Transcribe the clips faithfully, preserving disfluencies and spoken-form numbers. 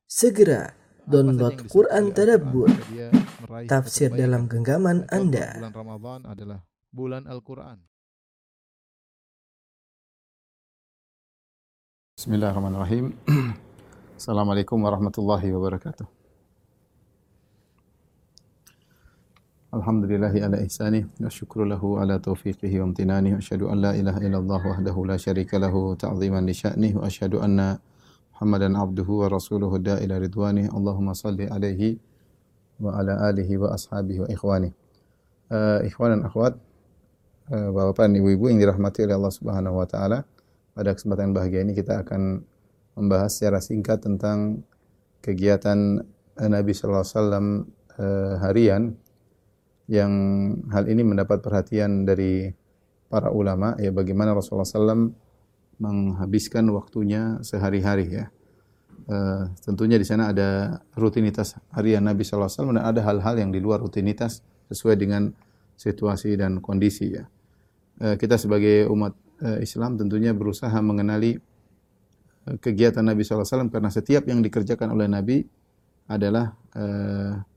Segera download Quran Tadabbur, dia meraih tafsir kebaikan. dalam genggaman Contoh, Anda. Bulan Ramadan adalah bulan Al-Quran. Bismillahirrahmanirrahim. Assalamualaikum warahmatullahi wabarakatuh. Alhamdulillahi ala ihsanih wa syukru lahu ala taufiqihi wa amtinanih wa asyhadu an la ilaha illallah wahdahu la syarika lahu ta'ziman li sya'nih wa asyhadu anna Muhammadan abduhu wa rasuluhu da'ila ridwanih. Allahumma salli alaihi wa ala alihi wa ashabihi wa ikhwanih. Uh, ikhwan dan akhwat, uh, bapak dan ibu-ibu yang dirahmati oleh Allah Subhanahu wa taala. Pada kesempatan bahagia ini kita akan membahas secara singkat tentang kegiatan Nabi sallallahu alaihi wasallam uh, harian, yang hal ini mendapat perhatian dari para ulama, ya, bagaimana Rasulullah sallallahu alaihi wasallam menghabiskan waktunya sehari-hari, ya. Uh, tentunya di sana ada rutinitas harian Nabi sallallahu alaihi wasallam dan ada hal-hal yang di luar rutinitas sesuai dengan situasi dan kondisi, ya. Uh, kita sebagai umat uh, Islam tentunya berusaha mengenali uh, kegiatan Nabi sallallahu alaihi wasallam, karena setiap yang dikerjakan oleh Nabi adalah uh,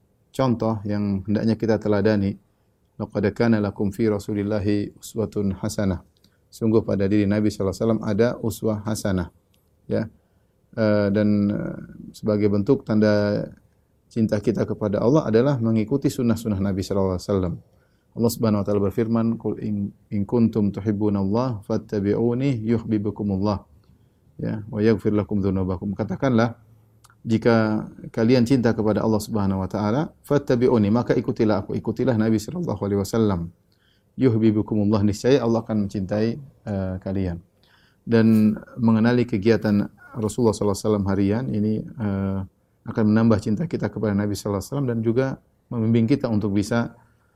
contoh yang hendaknya kita teladani. Laqad kana lakum fi Rasulillahi uswatun hasanah. Sungguh pada diri Nabi sallallahu alaihi wasallam ada uswah hasanah, ya. Uh, dan uh, sebagai bentuk tanda cinta kita kepada Allah adalah mengikuti sunnah-sunnah Nabi sallallahu alaihi wasallam. Allah Subhanahu wa taala berfirman, "Qul in, in kuntum tuhibbunallaha fattabi'uni yuhibbukumullah." Ya, wa yaghfir lakum dzunubakum. Katakanlah, jika kalian cinta kepada Allah Subhanahu wa taala, fattabi'uni, maka ikutilah aku, ikutilah Nabi sallallahu alaihi wasallam. Yuhibbukumullah, niscaya Allah akan mencintai uh, kalian. Dan mengenali kegiatan Rasulullah sallallahu alaihi wasallam harian ini uh, akan menambah cinta kita kepada Nabi sallallahu alaihi wasallam dan juga membimbing kita untuk bisa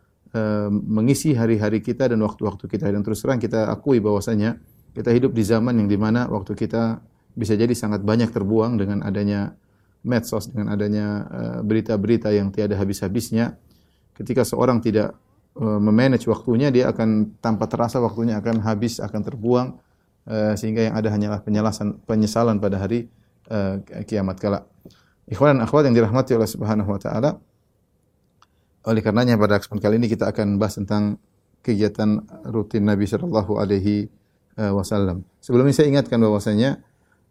uh, mengisi hari-hari kita dan waktu-waktu kita. Dan terus terang kita akui bahwasanya kita hidup di zaman yang dimana waktu kita bisa jadi sangat banyak terbuang dengan adanya medsos, dengan adanya uh, berita-berita yang tiada habis-habisnya. Ketika seorang tidak uh, memanage waktunya, dia akan tanpa terasa waktunya akan habis, akan terbuang, uh, sehingga yang ada hanyalah penyalasan, penyesalan pada hari uh, kiamat kala. Ikhwan dan akhwat yang dirahmati oleh Subhanahu wa taala, oleh karenanya pada kesempatan kali ini kita akan bahas tentang kegiatan rutin Nabi sallallahu alaihi wasallam. Sebelum ini saya ingatkan bahwasanya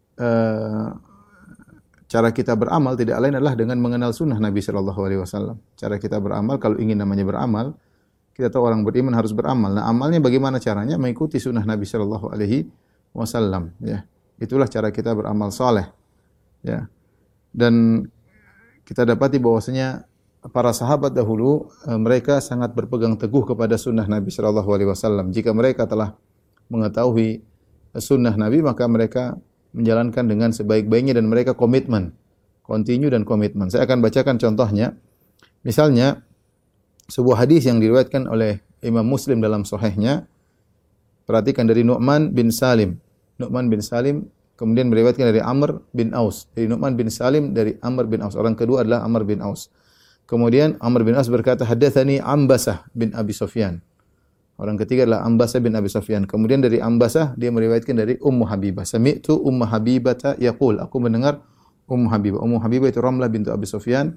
uh, cara kita beramal tidak lain adalah dengan mengenal sunnah Nabi sallallahu alaihi wasallam. Cara kita beramal, kalau ingin namanya beramal, kita tahu orang beriman harus beramal. Nah, amalnya bagaimana caranya? Mengikuti sunnah Nabi sallallahu alaihi wasallam, ya. Itulah cara kita beramal saleh, ya. Dan kita dapati bahwasanya para sahabat dahulu, mereka sangat berpegang teguh kepada sunnah Nabi sallallahu alaihi wasallam. Jika mereka telah mengetahui sunnah Nabi, maka mereka menjalankan dengan sebaik-baiknya dan mereka komitmen, continue dan komitmen. Saya akan bacakan contohnya. Misalnya sebuah hadis yang diriwayatkan oleh Imam Muslim dalam sahihnya. Perhatikan, dari Nu'man bin Salim. Nu'man bin Salim kemudian meriwayatkan dari Amr bin Aus. Dari Nu'man bin Salim dari Amr bin Aus. Orang kedua adalah Amr bin Aus. Kemudian Amr bin Aus berkata, "Haddatsani Ambasah bin Abi Sufyan." Orang ketiga adalah Ambasah bin Abi Sufyan. Kemudian dari Ambasah dia meriwayatkan dari Ummu Habibah. Sami'tu Ummu Habibah yaqul, aku mendengar Ummu Habibah. Ummu Habibah itu Ramlah bintu Abi Sufyan,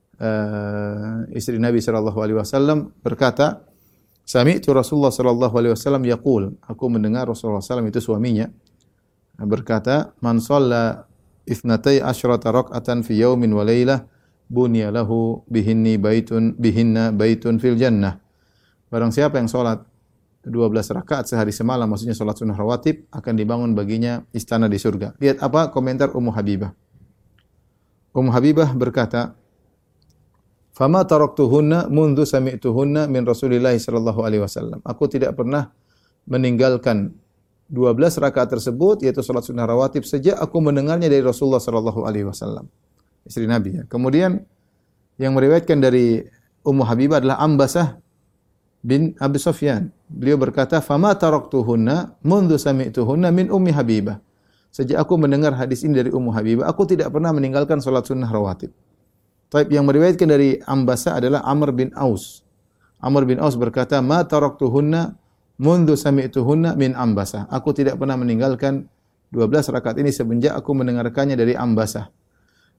uh, istri Nabi sallallahu alaihi wasallam, berkata, "Sami'tu Rasulullah sallallahu alaihi wasallam yaqul." Aku mendengar Rasulullah sallallahu alaihi wasallam, itu suaminya, berkata, "Man shalla itsnatai asyrata rak'atan fi yaumin wa lailah bunya lahu bihinni baitun bihinna baitun fil jannah." Barang siapa yang salat dua belas rakaat sehari semalam, maksudnya salat sunnah rawatib, akan dibangun baginya istana di surga. Lihat apa komentar Ummu Habibah. Ummu Habibah berkata, "Fama taraktuhunna mundu sami'tuhunna min Rasulillah sallallahu alaihi wasallam." Aku tidak pernah meninggalkan dua belas rakaat tersebut, yaitu salat sunnah rawatib, sejak aku mendengarnya dari Rasulullah sallallahu alaihi wasallam, istri Nabi, ya. Kemudian yang meriwayatkan dari Ummu Habibah adalah Ambasah bin Abi Sufyan. Beliau berkata, "Fama taraktuhunna mundu sami'tuhunna min Ummi Habibah." Sejak aku mendengar hadis ini dari Ummu Habibah, aku tidak pernah meninggalkan salat sunnah rawatib. Taib, yang meriwayatkan dari Ambasah adalah Amr bin Aus. Amr bin Aus berkata, "Ma taraktuhunna mundu sami'tuhunna min Ambasah." Aku tidak pernah meninggalkan dua belas rakaat ini semenjak aku mendengarkannya dari Ambasah.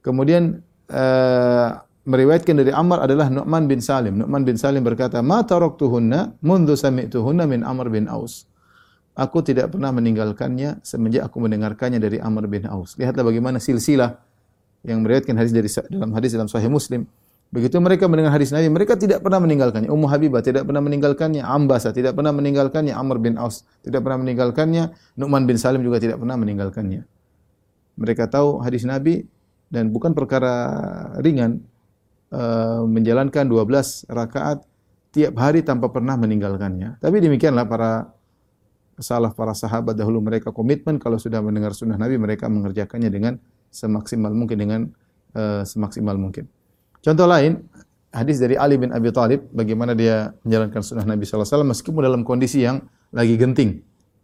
Kemudian uh, meriwayatkan dari Ammar adalah Nu'man bin Salim. Nu'man bin Salim berkata, "Ma taraktuhunna mundu sami'tuhunna min Amr bin Aus." Aku tidak pernah meninggalkannya semenjak aku mendengarkannya dari Amr bin Aus. Lihatlah bagaimana silsilah yang meriwayatkan hadis dari dalam hadis dalam Sahih Muslim. Begitu mereka mendengar hadis Nabi, mereka tidak pernah meninggalkannya. Ummu Habibah tidak pernah meninggalkannya, Ambasa tidak pernah meninggalkannya, Amr bin Aus tidak pernah meninggalkannya, Nu'man bin Salim juga tidak pernah meninggalkannya. Mereka tahu hadis Nabi dan bukan perkara ringan uh, menjalankan dua belas rakaat tiap hari tanpa pernah meninggalkannya. Tapi demikianlah para salaf, para sahabat dahulu, mereka komitmen kalau sudah mendengar sunnah Nabi mereka mengerjakannya dengan semaksimal mungkin, dengan uh, semaksimal mungkin. Contoh lain, hadis dari Ali bin Abi Thalib, bagaimana dia menjalankan sunnah Nabi sallallahu alaihi wasallam meskipun dalam kondisi yang lagi genting.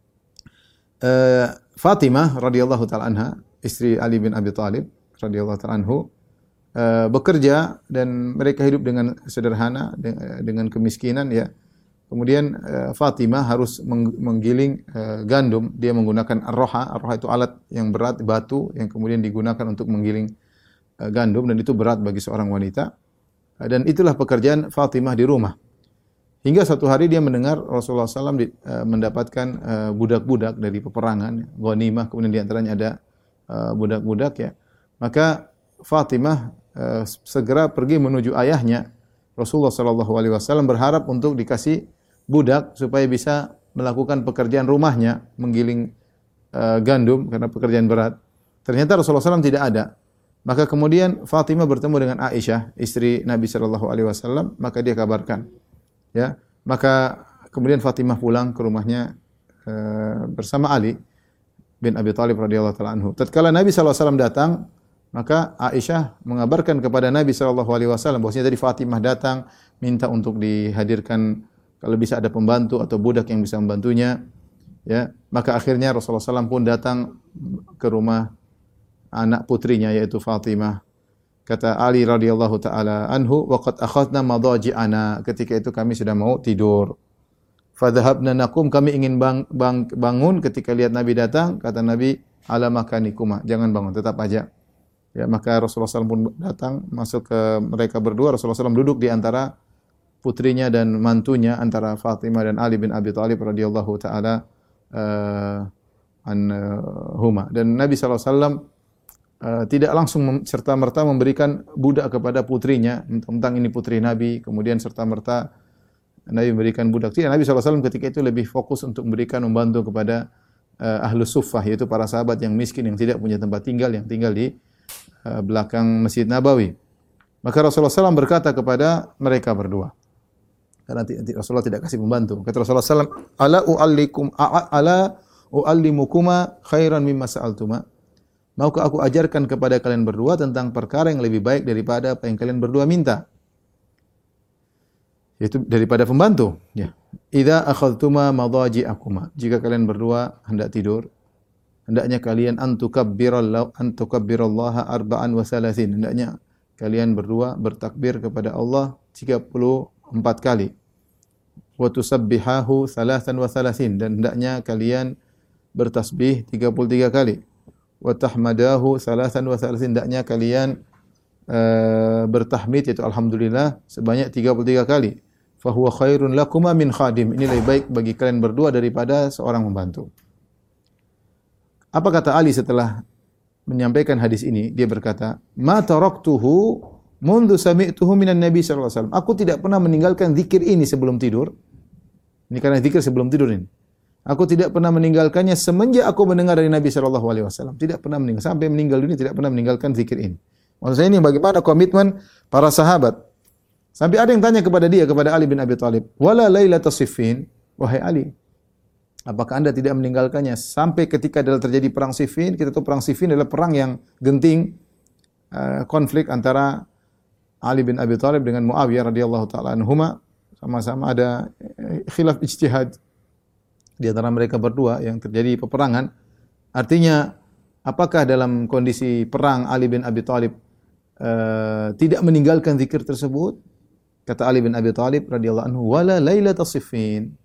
Uh, Fatimah radhiyallahu taala anha, istri Ali bin Abi Thalib radhiyallahu taala anhu, uh, bekerja dan mereka hidup dengan sederhana, dengan kemiskinan ya. Kemudian uh, Fatimah harus menggiling uh, gandum, dia menggunakan ar-roha. Ar-roha itu alat yang berat, batu yang kemudian digunakan untuk menggiling uh, gandum, dan itu berat bagi seorang wanita. Uh, dan itulah pekerjaan Fatimah di rumah. Hingga satu hari dia mendengar Rasulullah sallallahu alaihi wasallam di, uh, mendapatkan uh, budak-budak dari peperangan, ghanimah, kemudian di antaranya ada uh, budak-budak ya. Maka Fatimah uh, segera pergi menuju ayahnya. Rasulullah sallallahu alaihi wasallam berharap untuk dikasih budak supaya bisa melakukan pekerjaan rumahnya, menggiling uh, gandum karena pekerjaan berat. Ternyata Rasulullah sallallahu alaihi wasallam tidak ada. Maka kemudian Fatimah bertemu dengan Aisyah, istri Nabi sallallahu alaihi wasallam, maka dia kabarkan. Ya, maka kemudian Fatimah pulang ke rumahnya uh, bersama Ali bin Abi Thalib radhiyallahu taala anhu. Tatkala Nabi sallallahu alaihi wasallam datang, maka Aisyah mengabarkan kepada Nabi sallallahu alaihi wasallam bahwasanya tadi Fatimah datang minta untuk dihadirkan kalau bisa ada pembantu atau budak yang bisa membantunya. Ya, maka akhirnya Rasulullah sallallahu alaihi wasallam pun datang ke rumah anak putrinya yaitu Fatimah. Kata Ali radhiyallahu taala anhu, "Wa qad akhadna madaji'ana." Ketika itu kami sudah mau tidur. Fadhahabna naqum, kami ingin bang, bang, bangun ketika lihat Nabi datang, kata Nabi, "Ala makanikuma." Jangan bangun, tetap aja. Ya, maka Rasulullah sallallahu alaihi wasallam pun datang masuk ke mereka berdua. Rasulullah sallallahu alaihi wasallam duduk di antara putrinya dan mantunya, antara Fatimah dan Ali bin Abi Thalib radhiyallahu taala uh, anhuma. Dan Nabi sallallahu alaihi wasallam uh, tidak langsung serta-merta memberikan budak kepada putrinya, tentang ini putri Nabi, kemudian serta-merta Nabi memberikan budak. Tidak, Nabi sallallahu alaihi wasallam ketika itu lebih fokus untuk memberikan, membantu kepada uh, ahlus suffah, yaitu para sahabat yang miskin yang tidak punya tempat tinggal, yang tinggal di uh, belakang Masjid Nabawi. Maka Rasulullah sallallahu alaihi wasallam berkata kepada mereka berdua, karena Rasulullah tidak kasih pembantu. Kata Rasulullah sallallahu alaihi wasallam, "Ala uallikum ala uallimukuma khairan mimma sa'altuma." Maukah aku ajarkan kepada kalian berdua tentang perkara yang lebih baik daripada apa yang kalian berdua minta? Yaitu daripada pembantu, ya. Idza akhadtuma madaji'akuma. Jika kalian berdua hendak tidur, hendaknya kalian antukabbirallahu antukabbirullaha arba'an wa salasin. Hendaknya kalian berdua bertakbir kepada Allah tiga puluh empat kali. Wa tusabbihahu salasan wa salasin, dan hendaknya kalian bertasbih tiga puluh tiga kali. Wa tahmadahu salasan wa salasin, hendaknya kalian uh, bertahmid yaitu alhamdulillah sebanyak tiga puluh tiga kali. Fa huwa khairun lakuma min khadim. Ini lebih baik bagi kalian berdua daripada seorang membantu. Apa kata Ali setelah menyampaikan hadis ini? Dia berkata, "Ma taraktuhu mundu sami'tuhu minan Nabi sallallahu alaihi wasallam." Aku tidak pernah meninggalkan zikir ini sebelum tidur. Ini karena zikir sebelum tidur ini. Aku tidak pernah meninggalkannya semenjak aku mendengar dari Nabi sallallahu alaihi wasallam. Tidak pernah meninggal sampai meninggal dunia, tidak pernah meninggalkan zikir ini. Maksudnya ini bagaimana komitmen para sahabat. Sampai ada yang tanya kepada dia, kepada Ali bin Abi Thalib, "Wala lailatas siffin?" Wahai Ali, apakah Anda tidak meninggalkannya sampai ketika adalah terjadi perang Siffin? Kita tahu perang Siffin adalah perang yang genting, uh, konflik antara Ali bin Abi Thalib dengan Muawiyah radhiyallahu taala anhuma, sama-sama ada khilaf ijtihad di antara mereka berdua yang terjadi peperangan. Artinya, apakah dalam kondisi perang Ali bin Abi Thalib uh, tidak meninggalkan zikir tersebut? Kata Ali bin Abi Thalib radhiyallahu anhu, "Wala lailatas siffin."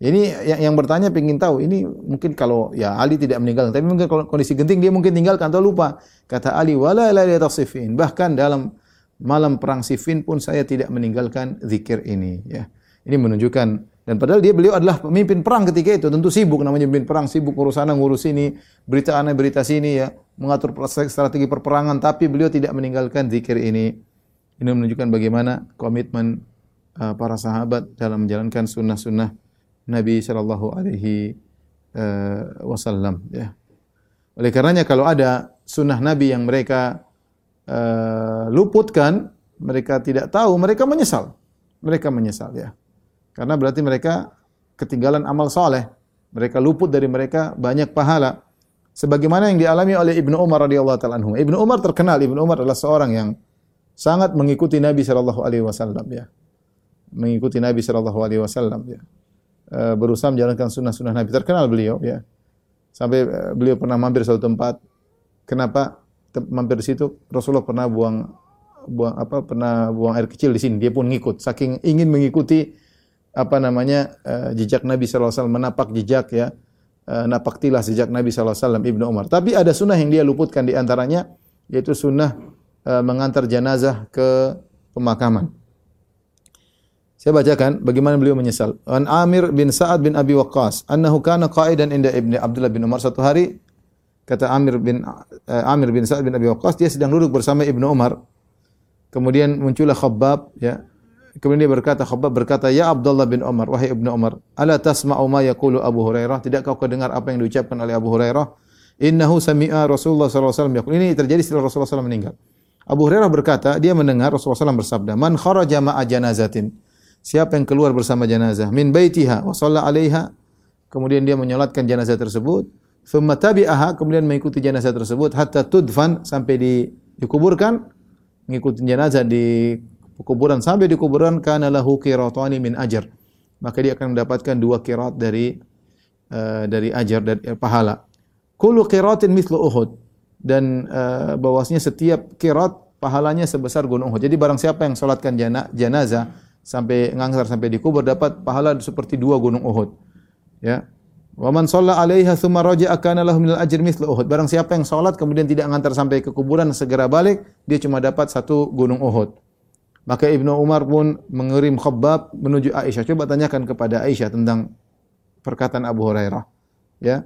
Ini yang, yang bertanya ingin tahu, ini mungkin kalau ya Ali tidak meninggalkan, tapi mungkin kalau kondisi genting dia mungkin tinggalkan atau lupa. Kata Ali, wala lailatul Siffin. Bahkan dalam malam perang Siffin pun saya tidak meninggalkan zikir ini. Ya, ini menunjukkan, dan padahal dia beliau adalah pemimpin perang ketika itu, tentu sibuk namanya pemimpin perang, sibuk urus sana ngurus ini, berita ana berita sini ya, mengatur strategi perperangan, tapi beliau tidak meninggalkan zikir ini. Ini menunjukkan bagaimana komitmen uh, para sahabat dalam menjalankan sunnah-sunnah Nabi sallallahu alaihi wasallam ya. Oleh karenanya kalau ada sunnah Nabi yang mereka uh, luputkan, mereka tidak tahu, mereka menyesal. Mereka menyesal ya. Karena berarti mereka ketinggalan amal soleh. Mereka luput dari mereka banyak pahala. Sebagaimana yang dialami oleh Ibnu Umar radhiyallahu taala anhu. Ibnu Umar terkenal, Ibnu Umar adalah seorang yang sangat mengikuti Nabi sallallahu alaihi wasallam ya. Mengikuti Nabi sallallahu alaihi wasallam ya. Berusaha menjalankan sunnah-sunnah Nabi. Terkenal beliau ya. Sampai beliau pernah mampir suatu tempat. Kenapa mampir di situ? Rasulullah pernah buang buang apa pernah buang air kecil di sini. Dia pun ngikut. Saking ingin mengikuti apa namanya uh, jejak Nabi sallallahu alaihi wasallam, menapak jejak ya. Uh, napak tilas jejak Nabi sallallahu alaihi wasallam Ibnu Umar. Tapi ada sunnah yang dia luputkan di antaranya, yaitu sunnah uh, mengantar jenazah ke pemakaman. Saya bacakan bagaimana beliau menyesal. An Amir bin Sa'ad bin Abi Waqqas, annahu kana qa'idan inda Ibnu Abdullah bin Umar. Satu hari kata Amir bin uh, Amir bin Sa'ad bin Abi Waqqas, dia sedang duduk bersama Ibnu Umar. Kemudian muncullah Khabbab ya. Kemudian dia berkata, Khabbab berkata, "Ya Abdullah bin Umar, wahai Ibnu Umar, ala tasma'u ma yaqulu Abu Hurairah? Tidakkah kau dengar apa yang diucapkan oleh Abu Hurairah? Innahu sami'a Rasulullah sallallahu alaihi wasallam yaqul." Ini terjadi setelah Rasulullah sallallahu alaihi wasallam meninggal. Abu Hurairah berkata, dia mendengar Rasulullah sallallahu alaihi wasallam bersabda, "Man kharaja ma'a janazatin." Siapa yang keluar bersama jenazah min baitiha wa shalla 'alaiha, kemudian dia menyolatkan jenazah tersebut, thumma tabi'aha, kemudian mengikuti jenazah tersebut hatta tudfan, sampai di, dikuburkan, mengikuti jenazah di kuburan sampai di kuburan, kana lahu qiratani min ajr, maka dia akan mendapatkan dua qirat dari uh, dari ajar, dari uh, pahala. Kullu qiratin mithlu Uhud, dan uh, bahwasanya setiap qirat pahalanya sebesar gunung Uhud. Jadi barang siapa yang salatkan jana, jenazah sampai ngantar sampai dikubur, dapat pahala seperti dua gunung Uhud. Ya. Wa man shalla 'alaiha tsumma raja'a kana lahu minal ajri mithlu Uhud. Barang siapa yang salat kemudian tidak ngantar sampai ke kuburan, segera balik, dia cuma dapat satu gunung Uhud. Maka Ibnu Umar pun mengirim Khabbab menuju Aisyah. Coba tanyakan kepada Aisyah tentang perkataan Abu Hurairah. Ya.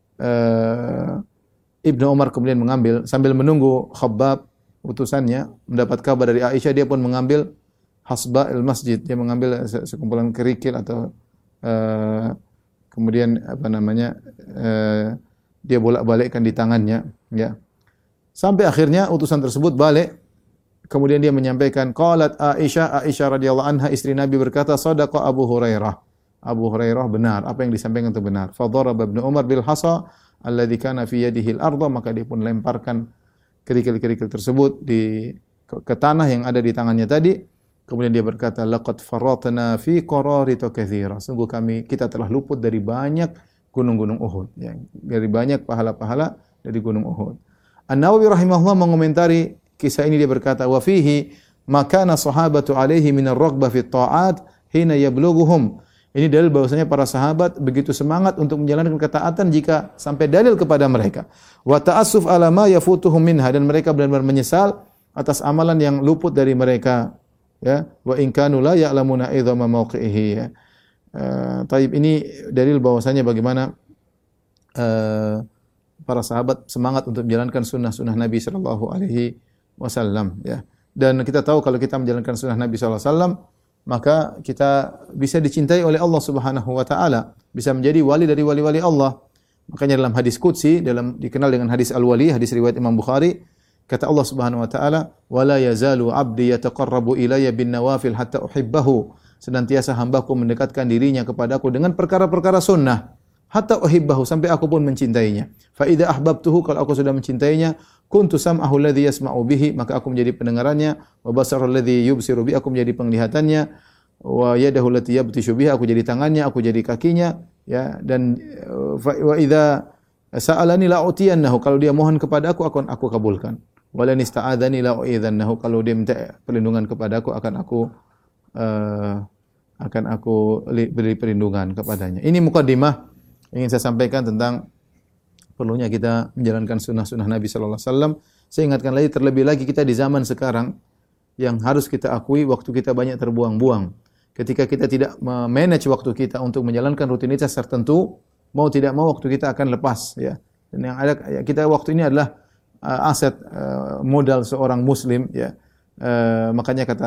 Uh, Ibnu Umar kemudian mengambil, sambil menunggu Khabbab utusannya mendapat kabar dari Aisyah, dia pun mengambil hasba al-masjid, dia mengambil sekumpulan kerikil atau uh, kemudian apa namanya uh, dia bolak-balikkan di tangannya ya. Sampai akhirnya utusan tersebut balik. Kemudian dia menyampaikan, qalat Aisyah, Aisyah radhiyallahu anha istri Nabi berkata, sadaqa Abu Hurairah. Abu Hurairah benar, apa yang disampaikan itu benar. Fa daraba Ibnu Umar bil hasa alladhi kana fi yadihi al-ardh, maka dia pun lemparkan kerikil-kerikil tersebut di ke, ke tanah yang ada di tangannya tadi. Kemudian dia berkata, laqad faratna fi qararita katsira. Sungguh kami kita telah luput dari banyak gunung-gunung Uhud, ya, dari banyak pahala-pahala dari gunung Uhud. An-Nawawi rahimahullah mengomentari kisah ini, dia berkata, wa fihi makana sahabatu alaihi min ar-raghbah fi at-ta'at hina yablughuhum. Ini dalil bahwasanya para sahabat begitu semangat untuk menjalankan ketaatan jika sampai dalil kepada mereka. Wa ta'assuf ala ma yafutuhum minha, dan mereka benar-benar menyesal atas amalan yang luput dari mereka. Ya, wa in kanu la ya'lamuna idhama mawqi'ihi. Ya. Uh, taib ini dalil bahwasanya bagaimana uh, para sahabat semangat untuk menjalankan sunnah-sunnah Nabi sallallahu alaihi wasallam ya. Dan kita tahu kalau kita menjalankan sunnah Nabi sallallahu alaihi wasallam, maka kita bisa dicintai oleh Allah Subhanahu wa taala, bisa menjadi wali dari wali-wali Allah. Makanya dalam hadis qudsi, dalam dikenal dengan hadis al-wali, hadis riwayat Imam Bukhari, kata Allah Subhanahu wa taala, "Wala yazalu 'abdi yataqarrabu ilayya bin nawafil hatta uhibbahu." Senantiasa hambaku mendekatkan dirinya kepadaku dengan perkara-perkara sunnah, hatta uhibbahu, sampai aku pun mencintainya. Fa idza ahbabtuhu, kalau aku sudah mencintainya, kuntu sam'ahu alladhi yasma'u bihi, maka aku menjadi pendengarannya, wa basarahu alladhi yubsiru bihi, aku menjadi penglihatannya, wa yadahu allati yabtishu biha, aku jadi tangannya, aku jadi kakinya, ya. Dan wa idza sa'alani la'utiyannahu, kalau dia mohon kepada aku akan aku kabulkan. Wa lan ista'adzani la'u'idzannahu, kalau dia minta perlindungan kepada aku akan aku uh, akan aku li- beri perlindungan kepadanya. Ini mukadimah ingin saya sampaikan tentang perlunya kita menjalankan sunnah-sunnah Nabi sallallahu alaihi wasallam. Saya ingatkan lagi, terlebih lagi kita di zaman sekarang yang harus kita akui waktu kita banyak terbuang-buang. Ketika kita tidak memanage waktu kita untuk menjalankan rutinitas tertentu, mau tidak mau waktu kita akan lepas ya. Dan yang ada kita waktu ini adalah uh, aset uh, modal seorang muslim ya. Uh, makanya kata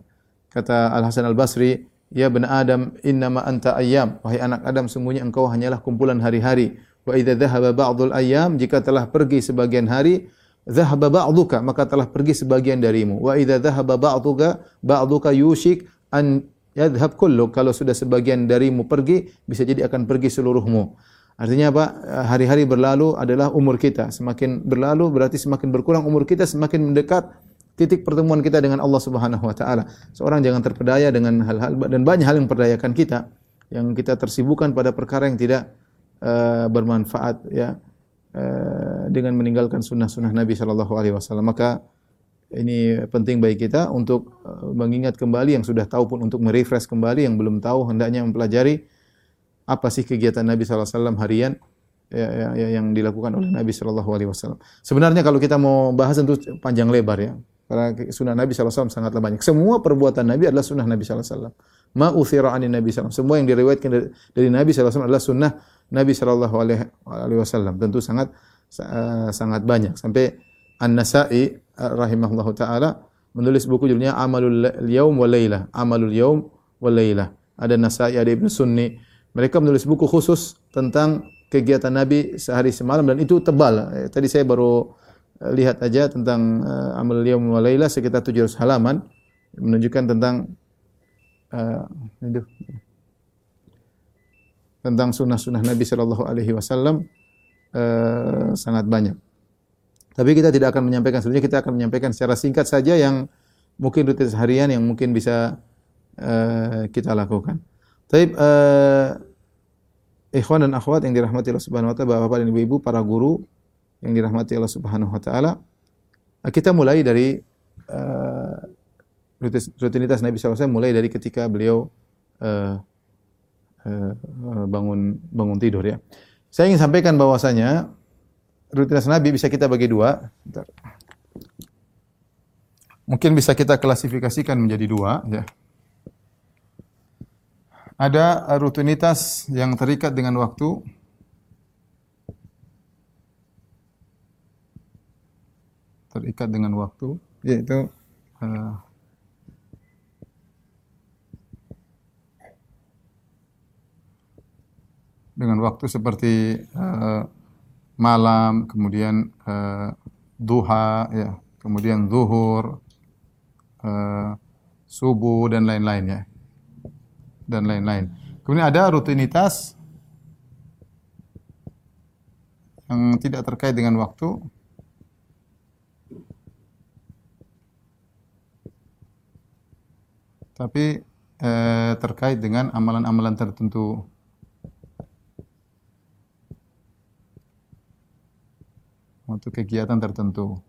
kata Al Hasan Al Basri, ya bani Adam innama anta ayyam, wahai anak Adam sungguhnya engkau hanyalah kumpulan hari-hari. Wa idza dhahaba ba'dul ayyam, jika telah pergi sebagian hari, dhahaba ba'duka, maka telah pergi sebagian darimu. Wa idza dhahaba ba'duka ba'duka yushik an yadhhab kullu, kalau sudah sebagian darimu pergi, bisa jadi akan pergi seluruhmu. Artinya apa? Hari-hari berlalu adalah umur kita. Semakin berlalu berarti semakin berkurang umur kita, semakin mendekat titik pertemuan kita dengan Allah Subhanahu wa taala. Seorang jangan terpedaya dengan hal-hal, dan banyak hal yang memperdayakan kita, yang kita tersibukkan pada perkara yang tidak uh, bermanfaat ya, uh, dengan meninggalkan sunnah-sunnah Nabi sallallahu alaihi wasallam. Maka ini penting bagi kita untuk uh, mengingat kembali, yang sudah tahu pun untuk merefresh kembali, yang belum tahu hendaknya mempelajari apa sih kegiatan Nabi sallallahu alaihi wasallam harian ya, ya, ya, yang dilakukan oleh Nabi sallallahu alaihi wasallam. Sebenarnya kalau kita mau bahas tentu panjang lebar ya. Karena sunnah Nabi sallallahu alaihi wasallam sangatlah banyak. Semua perbuatan Nabi adalah sunnah Nabi sallallahu alaihi wasallam. Ma uthira anin Nabi sallallahu alaihi wasallam. Semua yang diriwayatkan dari, dari Nabi sallallahu alaihi wasallam adalah sunnah Nabi sallallahu alaihi wasallam. Tentu sangat uh, sangat banyak. Sampai An-Nasa'i uh, rahimahullahu taala menulis buku judulnya Amalul Yaum wal Lailah. Amalul Yaum wal Lailah. Ada Nasa'i, ada Ibnu Sunni. Mereka menulis buku khusus tentang kegiatan Nabi sehari semalam, dan itu tebal. Eh, tadi saya baru eh, lihat aja tentang uh, Amal Yaum wa Lailah sekitar tujuh ratus halaman, menunjukkan tentang uh, itu, tentang sunnah-sunnah Nabi sallallahu alaihi wasallam uh, sangat banyak. Tapi kita tidak akan menyampaikan, sebenarnya kita akan menyampaikan secara singkat saja yang mungkin rutinitas harian yang mungkin bisa uh, kita lakukan. Taib, uh, ikhwan dan akhwat yang dirahmati Allah Subhanahu wa taala, Bapak dan Ibu-ibu, para guru yang dirahmati Allah Subhanahu wa taala, kita mulai dari uh, rutinitas Nabi sallallahu alaihi wasallam, mulai dari ketika beliau uh, uh, bangun bangun tidur ya. Saya ingin sampaikan bahwasanya rutinitas Nabi bisa kita bagi dua. Bentar. Mungkin bisa kita klasifikasikan menjadi dua ya. Ada rutinitas yang terikat dengan waktu, terikat dengan waktu, yaitu uh, dengan waktu seperti uh, malam, kemudian uh, duha, ya, kemudian zuhur, uh, subuh dan lain-lain ya. Dan lain-lain. Kemudian ada rutinitas yang tidak terkait dengan waktu, tapi eh, terkait dengan amalan-amalan tertentu. Untuk kegiatan tertentu.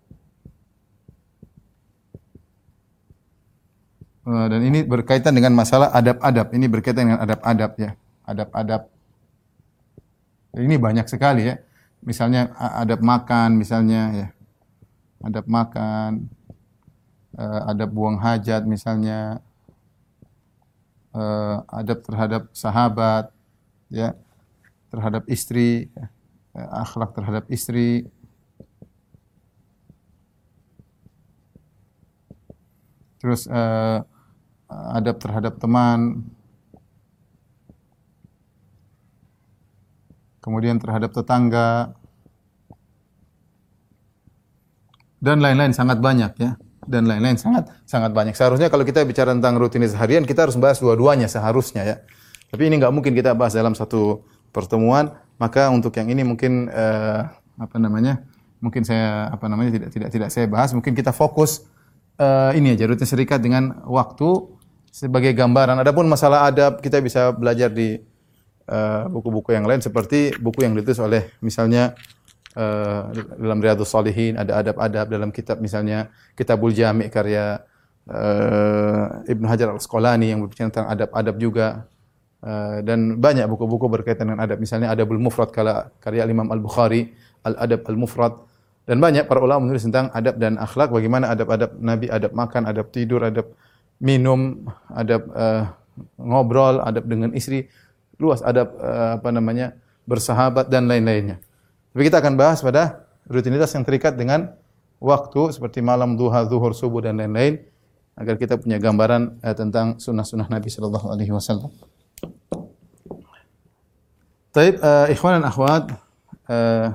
Dan ini berkaitan dengan masalah adab-adab. Ini berkaitan dengan adab-adab ya. Adab-adab. Ini banyak sekali ya. Misalnya adab makan misalnya ya. Adab makan, adab buang hajat misalnya. Adab terhadap sahabat ya. Terhadap istri, akhlak terhadap istri. Terus uh, adab terhadap teman, kemudian terhadap tetangga, dan lain-lain sangat banyak ya, dan lain-lain sangat sangat banyak. Seharusnya kalau kita bicara tentang rutinitas harian, kita harus bahas dua-duanya seharusnya ya. Tapi ini nggak mungkin kita bahas dalam satu pertemuan. Maka untuk yang ini mungkin uh, apa namanya, mungkin saya apa namanya tidak tidak tidak saya bahas. Mungkin kita fokus uh, ini aja, rutinitas terikat dengan waktu sebagai gambaran. Adapun masalah adab kita bisa belajar di buku-buku uh, yang lain, seperti buku yang ditulis oleh misalnya uh, dalam Riyadhus Shalihin ada adab-adab, dalam kitab misalnya Kitabul Jami' karya uh, Ibnu Hajar Al-Asqalani yang berbicara tentang adab-adab juga. Uh, dan banyak buku-buku berkaitan dengan adab. Misalnya Adabul Mufrad karya Imam Al-Bukhari, Al-Adab Al-Mufrad. Dan banyak para ulama menulis tentang adab dan akhlak, bagaimana adab-adab Nabi, adab makan, adab tidur, adab minum, adab uh, ngobrol, adab dengan istri, luas adab uh, apa namanya bersahabat dan lain-lainnya. Tapi kita akan bahas pada rutinitas yang terikat dengan waktu seperti malam, duha, zuhur, subuh dan lain-lain agar kita punya gambaran uh, tentang sunnah-sunnah Nabi sallallahu alaihi wasallam. Baik, uh, ikhwan dan akhwat, uh,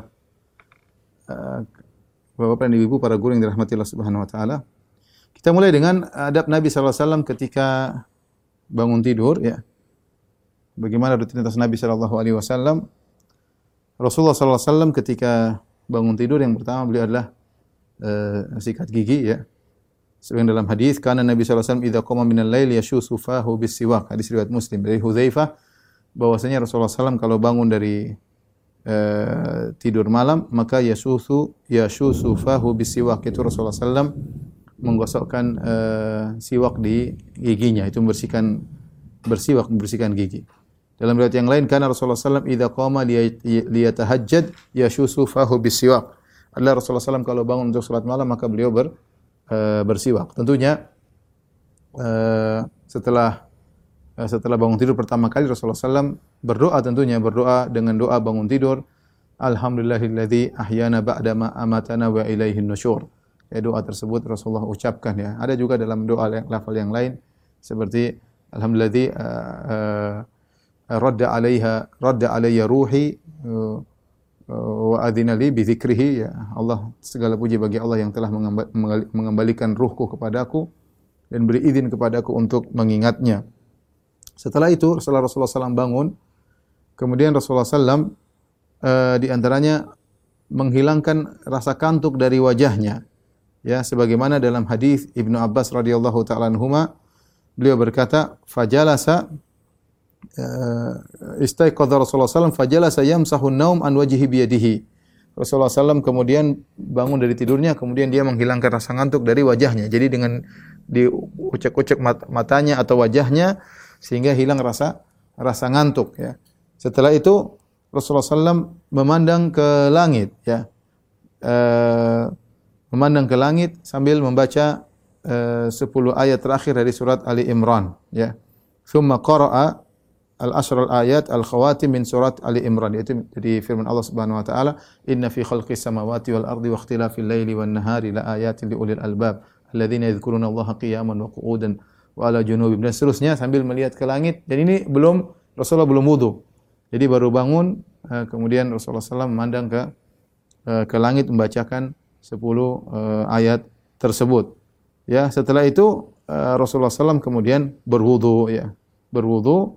uh, Bapak-bapak dan ibu-ibu, para guru yang dirahmati Allah Subhanahu wa taala. Kita mulai dengan adab Nabi sallallahu alaihi wasallam ketika bangun tidur ya. Bagaimana rutinitas Nabi sallallahu alaihi wasallam? Rasulullah sallallahu alaihi wasallam ketika bangun tidur yang pertama beliau adalah uh, sikat gigi ya. Sebagaimana dalam hadis, kana Nabi sallallahu alaihi wasallam idza qama minal lail yashusu fahu bis-siwak. Hadis riwayat Muslim dari Hudzaifah bahwasanya Rasulullah sallallahu alaihi wasallam kalau bangun dari Uh, tidur malam maka yasusu yashusu fahu bisiwak, itu Rasulullah sallallahu alaihi wasallam menggosokkan uh, siwak di giginya, itu membersihkan bersiwak membersihkan gigi. Dalam riwayat yang lain karena Rasulullah sallallahu alaihi wasallam idza qama liyatahajjad yashusu fahu bisiwak, adalah Rasulullah sallallahu alaihi wasallam kalau bangun untuk salat malam maka beliau ber, uh, bersiwak. Tentunya uh, setelah Setelah bangun tidur pertama kali Rasulullah sallallahu alaihi wasallam berdoa, tentunya berdoa dengan doa bangun tidur, Alhamdulillahilladzi ahyana ba'dama amatana wa ilaihin nusyur. Ya, doa tersebut Rasulullah ucapkan ya. Ada juga dalam doa yang lafal yang lain seperti Alhamdulilladzi uh, uh, radda 'alaiha radda 'alayya ruhi uh, uh, wa adzina li bi dzikrihi, ya Allah, segala puji bagi Allah yang telah mengembalikan ruhku kepadaku dan beri izin kepadaku untuk mengingatnya. Setelah itu, setelah Rasulullah sallallahu alaihi wasallam bangun, kemudian Rasulullah sallallahu alaihi wasallam uh, di antaranya menghilangkan rasa kantuk dari wajahnya. Ya, sebagaimana dalam hadis Ibnu Abbas radhiyallahu taala anhuma, beliau berkata, "Fajalasa uh, istaiqadha Rasulullah sallallahu alaihi wasallam fajalasa yamsahu an-naum an wajhihi bi yadihi." Rasulullah sallallahu alaihi wasallam kemudian bangun dari tidurnya, kemudian dia menghilangkan rasa ngantuk dari wajahnya. Jadi dengan diucek-ucek mat matanya atau wajahnya sehingga hilang rasa rasa ngantuk ya. Setelah itu Rasulullah sallallahu alaihi wasallam memandang ke langit ya. E, memandang ke langit sambil membaca e, sepuluh ayat terakhir dari surat Ali Imran ya. Tsumma qara'a al-ashr al-ayat al-khawatim min surat Ali Imran, yaitu dari firman Allah Subhanahu wa taala, "Inna fi khalqis samawati wal ardi wa ikhtilafil laili wan nahari la ayatin li ulil albab alladzina yadhkuruna Allaha qiyaman wa qu'udan wa ala junubihim," dan seterusnya sambil melihat ke langit. Dan ini belum Rasulullah belum wudu. Jadi baru bangun, kemudian Rasulullah sallallahu alaihi wasallam memandang ke ke langit membacakan sepuluh ayat tersebut. Ya, setelah itu Rasulullah sallallahu alaihi wasallam kemudian berwudu ya. Berwudu,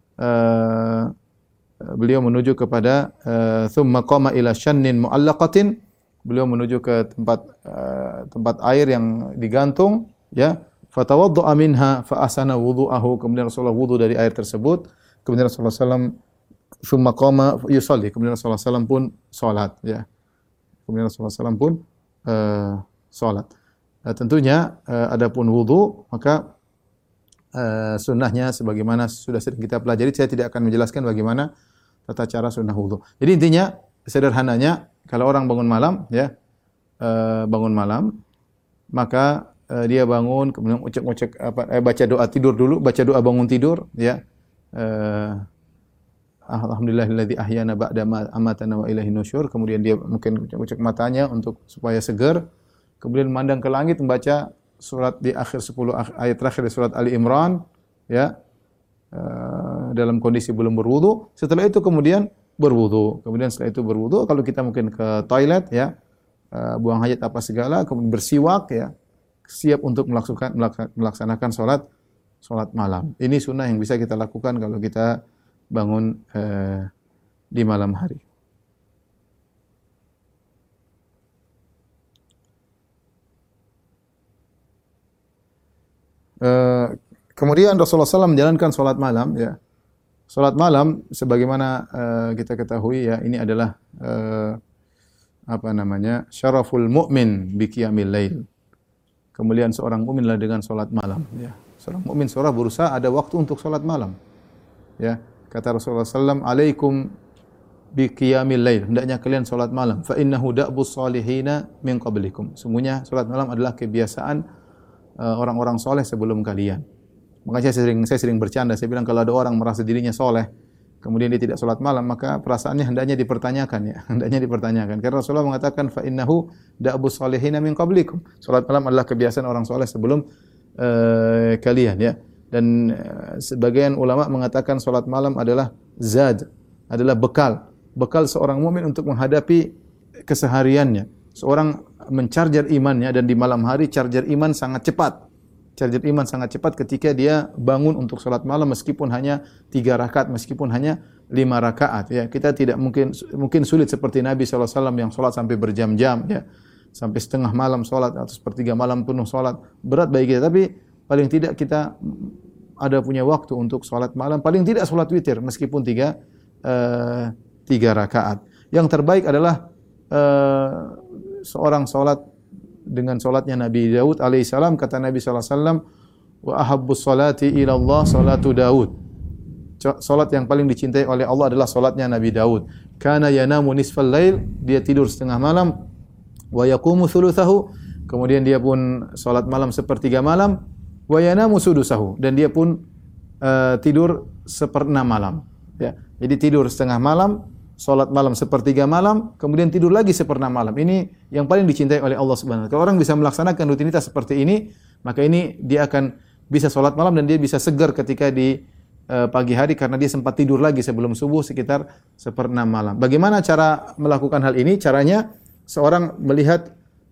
uh, beliau menuju kepada thumma qama ila syannin mu'allaqatin. Beliau menuju ke tempat uh, tempat air yang digantung ya. Fatawadda'a minha fa ahsana wudu'ahu, kemudian Rasulullah wudu dari air tersebut. Kemudian Rasulullah sallallahu alaihi wasallam thumma qama yusalli, kemudian Rasulullah sallallahu alaihi wasallam pun salat ya. Kemudian Rasulullah sallallahu alaihi wasallam pun uh, salat. Uh, tentunya uh, adapun wudu maka uh, sunnahnya sebagaimana sudah sering kita pelajari, saya tidak akan menjelaskan bagaimana tata cara sunnah wudu. Jadi intinya sederhananya, kalau orang bangun malam ya, uh, bangun malam maka Uh, dia bangun, kemudian ucap-ucap apa, eh, baca doa tidur dulu, baca doa bangun tidur, ya. Uh, Alhamdulillahilladzi ahyana ba'da ma amatana wa ilaihin nusyur. Kemudian dia mungkin ucap-ucap matanya untuk supaya segar. Kemudian memandang ke langit, membaca surat di akhir sepuluh ayat terakhir di surat Ali Imran, ya. Uh, dalam kondisi belum berwudu. Setelah itu kemudian berwudu. Kemudian setelah itu berwudu, kalau kita mungkin ke toilet, ya, uh, buang hajat apa segala, kemudian bersiwak, ya. Siap untuk melaksanakan melaksanakan salat salat malam. Ini sunnah yang bisa kita lakukan kalau kita bangun eh, di malam hari. Eh, kemudian Rasulullah sallallahu alaihi wasallam menjalankan salat malam ya. Salat malam sebagaimana eh, kita ketahui ya, ini adalah eh, apa namanya? Syaraful mu'min bi qiyamil lail. kemuliaan seorang mukmin adalah dengan salat malam, ya. Seorang mukmin seorang berusaha ada waktu untuk salat malam. Ya, kata Rasulullah sallallahu alaihi wasallam, "Alaikum bi qiyamil lail." Hendaknya kalian salat malam. Fa innahu da'bus salihina min qablikum. Sungguhnya salat malam adalah kebiasaan uh, orang-orang soleh sebelum kalian. Makanya saya sering saya sering bercanda, saya bilang kalau ada orang merasa dirinya soleh, kemudian dia tidak salat malam, maka perasaannya hendaknya dipertanyakan, ya. Hendaknya dipertanyakan. Karena Rasulullah mengatakan fa innahu da'bus salihina min qablikum. Salat malam adalah kebiasaan orang soleh sebelum uh, kalian, ya. Dan uh, sebagian ulama mengatakan salat malam adalah zad, adalah bekal, bekal seorang mukmin untuk menghadapi kesehariannya. Seorang mencharger imannya, dan di malam hari charger iman sangat cepat. Charger iman sangat cepat ketika dia bangun untuk salat malam meskipun hanya tiga rakaat, meskipun hanya lima rakaat, ya. Kita tidak mungkin mungkin sulit seperti Nabi sallallahu alaihi wasallam yang salat sampai berjam-jam, ya. Sampai setengah malam salat atau sepertiga malam penuh salat. Berat bagi kita, tapi paling tidak kita ada punya waktu untuk salat malam, paling tidak salat witir meskipun tiga uh, tiga rakaat. Yang terbaik adalah uh, seorang salat dengan salatnya Nabi Daud alaihissalam. Kata Nabi sallallahu alaihi wasallam, wa ahabbus salati ila Allah salatu Daud. Salat yang paling dicintai oleh Allah adalah salatnya Nabi Daud. Kana yanamu nisfal lail, dia tidur setengah malam, wa yaqumu thulutsahu, kemudian dia pun salat malam sepertiga malam, wa yanamu sudusahu, dan dia pun uh, tidur seperenam malam, ya. Jadi tidur setengah malam, salat malam sepertiga malam, kemudian tidur lagi seperenam malam. Ini yang paling dicintai oleh Allah Subhanahu wa taala. Kalau orang bisa melaksanakan rutinitas seperti ini, maka ini dia akan bisa salat malam dan dia bisa segar ketika di uh, pagi hari karena dia sempat tidur lagi sebelum subuh sekitar seperenam malam. Bagaimana cara melakukan hal ini? Caranya seorang melihat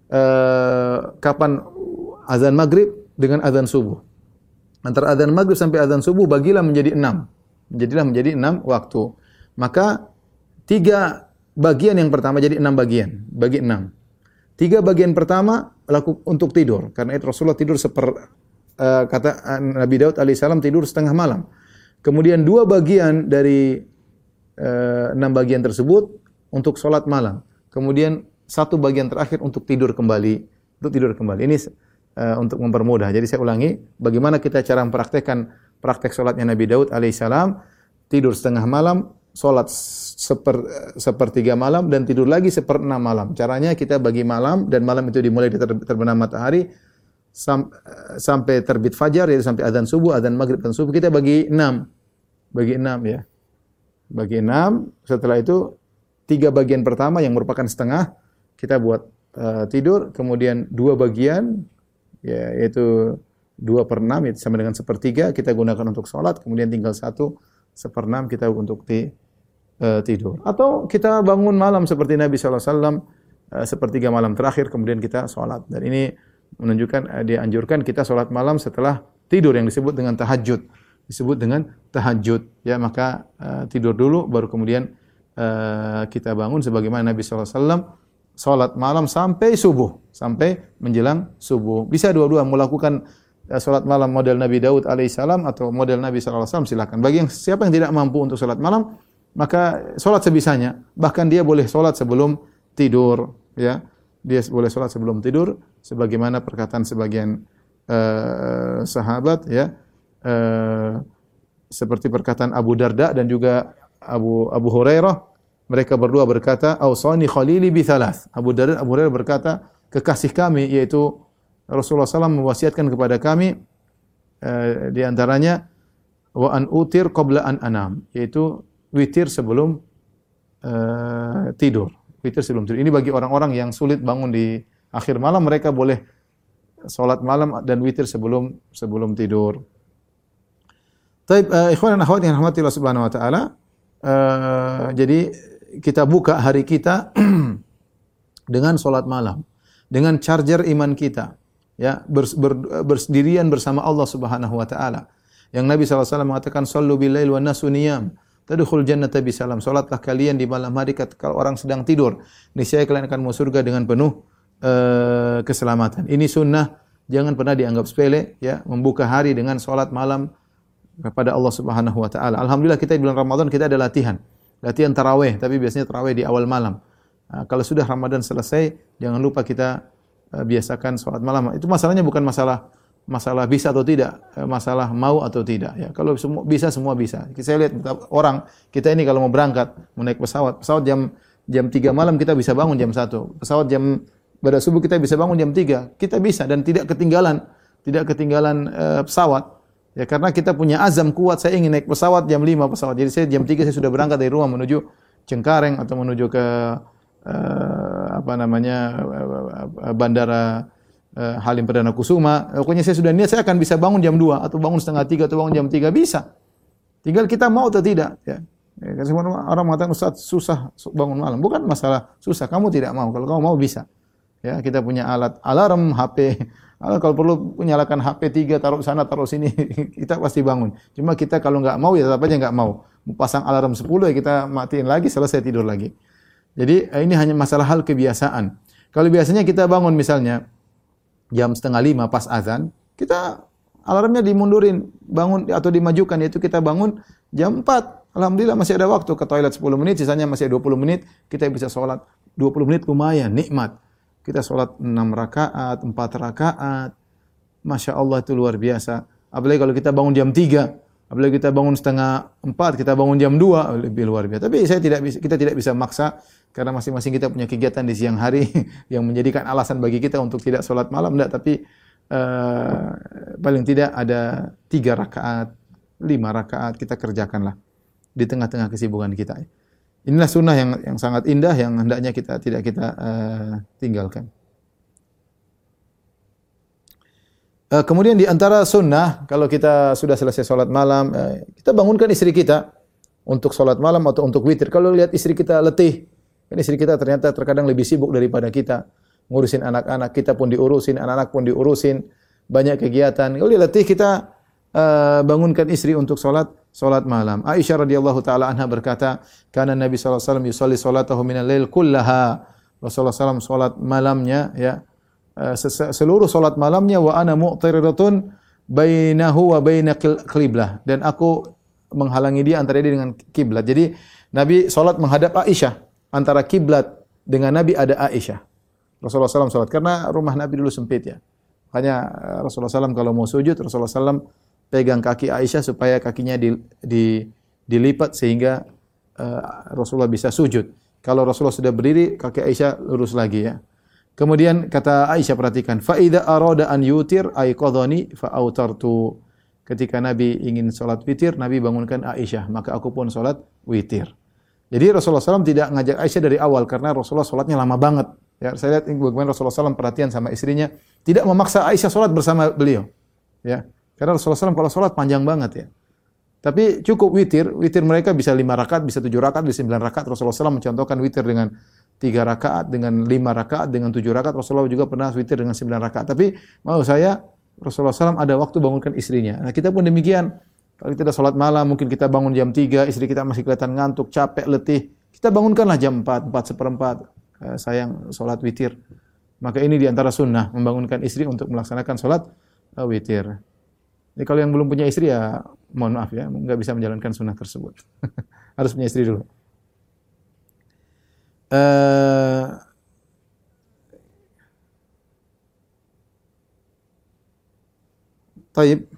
uh, kapan azan maghrib dengan azan subuh. Antara azan maghrib sampai azan subuh bagilah menjadi enam. Menjadilah menjadi enam waktu. Maka tiga bagian yang pertama jadi enam bagian, bagi enam. Tiga bagian pertama laku untuk tidur. Karena itu Rasulullah tidur seper uh, kata uh, Nabi Daud alaihissalam tidur setengah malam. Kemudian dua bagian dari uh, enam bagian tersebut untuk sholat malam. Kemudian satu bagian terakhir untuk tidur kembali, untuk tidur kembali. Ini uh, untuk mempermudah. Jadi saya ulangi, bagaimana kita cara mempraktekkan praktek sholatnya Nabi Daud alaihissalam, tidur setengah malam, sholat seper, sepertiga malam, dan tidur lagi seperenam malam. Caranya kita bagi malam, dan malam itu dimulai dari terbenam matahari sam, sampai terbit fajar, yaitu sampai azan subuh, azan maghrib dan subuh. Kita bagi enam, bagi enam ya, bagi enam. Setelah itu tiga bagian pertama yang merupakan setengah kita buat uh, tidur, kemudian dua bagian, ya, yaitu dua per enam, itu sama dengan sepertiga kita gunakan untuk sholat, kemudian tinggal satu seperenam kita untuk ti, uh, tidur. Atau kita bangun malam seperti Nabi sallallahu alaihi wasallam, uh, sepertiga malam terakhir, kemudian kita sholat. Dan ini menunjukkan, uh, dianjurkan kita sholat malam setelah tidur, yang disebut dengan tahajud. Disebut dengan tahajud. Ya, maka uh, tidur dulu, baru kemudian uh, kita bangun sebagaimana Nabi sallallahu alaihi wasallam sholat malam sampai subuh, sampai menjelang subuh. Bisa dua-dua melakukan salat malam model Nabi Daud alaihissalam atau model Nabi sallallahu alaihi wasallam, silakan. Bagi yang siapa yang tidak mampu untuk salat malam, maka salat sebisanya. Bahkan dia boleh salat sebelum tidur, ya. Dia boleh salat sebelum tidur sebagaimana perkataan sebagian uh, sahabat, ya. Uh, seperti perkataan Abu Darda dan juga Abu Abu Hurairah, mereka berdua berkata, "Ausani khalili bi thalath." Abu Darda Abu Hurairah berkata, kekasih kami yaitu Rasulullah sallallahu alaihi wasallam mewasiatkan kepada kami uh, di antaranya wa an utir qabla an anam, yaitu witir sebelum uh, tidur. Witir sebelum tidur. Ini bagi orang-orang yang sulit bangun di akhir malam, mereka boleh salat malam dan witir sebelum sebelum tidur. Taib uh, ikhwan dan akhwat yang rahmati Allah Subhanahu wa taala, uh, jadi kita buka hari kita dengan salat malam, dengan charger iman kita. Ya, bers, ber, bersendirian bersama Allah Subhanahu wa taala. Yang Nabi sallallahu alaihi wasallam mengatakan, "Shallu bil lail wan nasu niyam, tadkhul jannata bi salam." Salatlah kalian di malam hari ketika orang sedang tidur, niscaya kalian akan masuk surga dengan penuh uh, keselamatan. Ini sunnah, jangan pernah dianggap sepele, ya, membuka hari dengan salat malam kepada Allah Subhanahu wa taala. Alhamdulillah kita di bulan Ramadan kita ada latihan. Latihan tarawih, tapi biasanya tarawih di awal malam. Nah, kalau sudah Ramadan selesai, jangan lupa kita uh, biasakan salat malam. Itu masalahnya bukan masalah masalah bisa atau tidak, masalah mau atau tidak ya. Kalau semua bisa, semua bisa. Saya lihat orang kita ini kalau mau berangkat, mau naik pesawat, pesawat jam jam tiga malam kita bisa bangun jam satu. Pesawat jam pada subuh kita bisa bangun jam tiga. Kita bisa dan tidak ketinggalan, tidak ketinggalan uh, pesawat. Ya karena kita punya azam kuat, saya ingin naik pesawat jam lima pesawat. Jadi saya jam tiga saya sudah berangkat dari rumah menuju Cengkareng atau menuju ke uh, apa namanya uh, bandara uh, Halim Perdana Kusuma. Pokoknya saya sudah niat saya akan bisa bangun jam dua atau bangun setengah tiga atau bangun jam tiga bisa. Tinggal kita mau atau tidak ya. Ya kan semua orang mengatakan Ustaz susah bangun malam. Bukan masalah susah, kamu tidak mau. Kalau kamu mau bisa. Ya, kita punya alat alarm H P. Kalau perlu nyalakan H P tiga, taruh sana, taruh sini, kita pasti bangun. Cuma kita kalau nggak mau, ya tetap aja nggak mau. Pasang alarm sepuluh, ya kita matiin lagi, selesai tidur lagi. Jadi ini hanya masalah hal kebiasaan. Kalau biasanya kita bangun misalnya jam setengah lima pas azan, kita alarmnya dimundurin, bangun atau dimajukan, yaitu kita bangun jam empat. Alhamdulillah masih ada waktu ke toilet sepuluh menit, sisanya masih dua puluh menit, kita bisa sholat. dua puluh menit lumayan, nikmat. Kita sholat enam rakaat, empat rakaat. Masya Allah itu luar biasa. Apalagi kalau kita bangun jam tiga. Apalagi kita bangun setengah empat, kita bangun jam dua. Lebih luar biasa. Tapi saya tidak bisa, kita tidak bisa maksa. Karena masing-masing kita punya kegiatan di siang hari. Yang menjadikan alasan bagi kita untuk tidak sholat malam. Tidak, tapi uh, paling tidak ada tiga rakaat, lima rakaat. Kita kerjakanlah. Di tengah-tengah kesibukan kita. Inilah sunnah yang yang sangat indah yang hendaknya kita tidak kita uh, tinggalkan. Uh, kemudian di antara sunnah kalau kita sudah selesai sholat malam, uh, kita bangunkan istri kita untuk sholat malam atau untuk witir. Kalau lihat istri kita letih, kan istri kita ternyata terkadang lebih sibuk daripada kita, ngurusin anak-anak, kita pun diurusin, anak-anak pun diurusin, banyak kegiatan. Kalau dia letih, kita uh, bangunkan istri untuk sholat salat malam. Aisyah radhiyallahu taala anha berkata, "Kana Nabi sallallahu alaihi wasallam yusalli salatahu minal lail kullaha." Rasulullah sallallahu alaihi wasallam salat malamnya ya seluruh salat malamnya wa ana mu'taridatun bainahu wa baina qiblah, dan aku menghalangi dia antara dia dengan kiblat. Jadi Nabi salat menghadap Aisyah, antara kiblat dengan Nabi ada Aisyah. Rasulullah sallallahu alaihi wasallam salat karena rumah Nabi dulu sempit ya. Makanya Rasulullah sallallahu alaihi wasallam kalau mau sujud, Rasulullah sallallahu alaihi wasallam pegang kaki Aisyah supaya kakinya di, di, dilipat sehingga uh, Rasulullah bisa sujud. Kalau Rasulullah sudah berdiri, kaki Aisyah lurus lagi ya. Kemudian kata Aisyah, perhatikan, fa idza arada an yutir ayqadhani fa autartu. Ketika Nabi ingin salat witir, Nabi bangunkan Aisyah, maka aku pun salat witir. Jadi Rasulullah sallallahu alaihi wasallam tidak ngajak Aisyah dari awal karena Rasulullah salatnya lama banget. Ya, saya lihat bagaimana Rasulullah sallallahu alaihi wasallam perhatian sama istrinya, tidak memaksa Aisyah salat bersama beliau. Ya. Karena Rasulullah sallallahu alaihi wasallam kalau sholat panjang banget ya. Tapi cukup witir, witir mereka bisa lima rakaat, bisa tujuh rakaat, bisa sembilan rakaat. Rasulullah sallallahu alaihi wasallam mencontohkan witir dengan tiga rakaat, dengan lima rakaat, dengan tujuh rakaat. Rasulullah juga pernah witir dengan sembilan rakaat. Tapi mau saya, Rasulullah sallallahu alaihi wasallam ada waktu bangunkan istrinya. Nah kita pun demikian. Kalau kita sholat malam, mungkin kita bangun jam tiga, istri kita masih kelihatan ngantuk, capek, letih. Kita bangunkanlah jam empat, empat seperempat. Eh, sayang sholat witir. Maka ini diantara sunnah, membangunkan istri untuk melaksanakan sholat uh, witir. Jadi kalau yang belum punya istri ya mohon maaf ya, nggak bisa menjalankan sunnah tersebut. Harus punya istri dulu. Uh, Taib.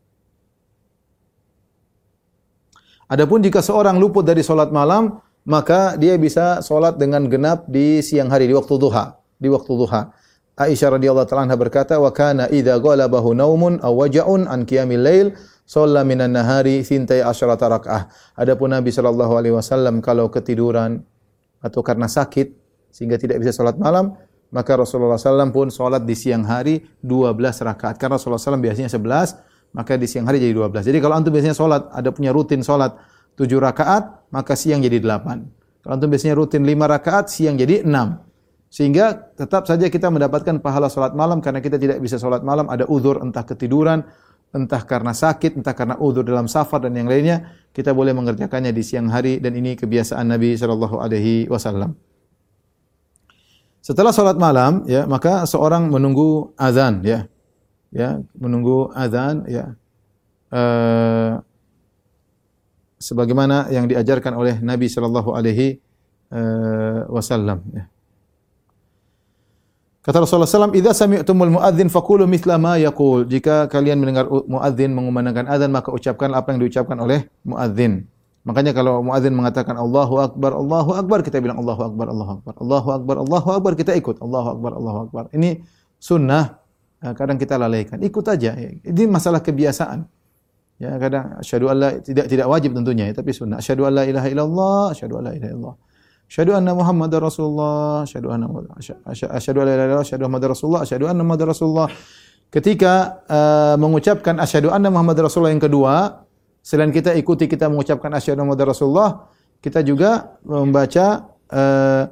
Adapun jika seorang luput dari solat malam, maka dia bisa solat dengan genap di siang hari, di waktu duha, di waktu duha. Aisyah radhiyallahu ta'ala anha berkata, "Wa kana idza ghalabahu naumun aw waja'un an qiyamil lail, shalla minan nahari thintai asyrata rak'ah." Adapun Nabi sallallahu alaihi wasallam kalau ketiduran atau karena sakit sehingga tidak bisa salat malam, maka Rasulullah sallallahu alaihi wasallam pun salat di siang hari dua belas rakaat. Karena Rasulullah sallallahu alaihi wasallam biasanya sebelas, maka di siang hari jadi dua belas. Jadi kalau antum biasanya salat, ada punya rutin salat tujuh rakaat, maka siang jadi delapan. Kalau antum biasanya rutin lima rakaat, siang jadi enam. Sehingga tetap saja kita mendapatkan pahala salat malam karena kita tidak bisa salat malam, ada uzur entah ketiduran, entah karena sakit, entah karena uzur dalam safar dan yang lainnya, kita boleh mengerjakannya di siang hari dan ini kebiasaan Nabi sallallahu alaihi wasallam. Setelah salat malam ya, maka seorang menunggu azan ya. Ya, menunggu azan ya. Uh, sebagaimana yang diajarkan oleh Nabi sallallahu alaihi wasallam ya. Kata Rasulullah sallallahu alaihi wasallam, "Idza sami'tumul muadzin faqulu mithla ma yaqul." Jika kalian mendengar muadzin mengumandangkan azan, maka ucapkan apa yang diucapkan oleh muadzin. Makanya kalau muadzin mengatakan Allahu akbar, Allahu akbar, kita bilang Allahu akbar, Allahu akbar. Allahu akbar, Allahu akbar, kita ikut Allahu akbar, Allahu akbar. Ini sunnah. Kadang kita lalaikan. Ikut aja. Ini masalah kebiasaan. Ya, kadang asyhadu alla tidak tidak wajib tentunya ya, tapi sunnah. Asyhadu alla ilaha illallah, asyhadu alla ilaha illallah. Asyhadu anna Muhammadar Rasulullah, asyhadu anna asyhadu alla ilaha illallah, asyhadu Muhammadar Rasulullah, asyhadu anna Muhammadar Rasulullah. Ketika uh, mengucapkan asyhadu anna Muhammadar Rasulullah yang kedua, selain kita ikuti kita mengucapkan asyhadu anna Muhammadar Rasulullah, kita juga membaca uh,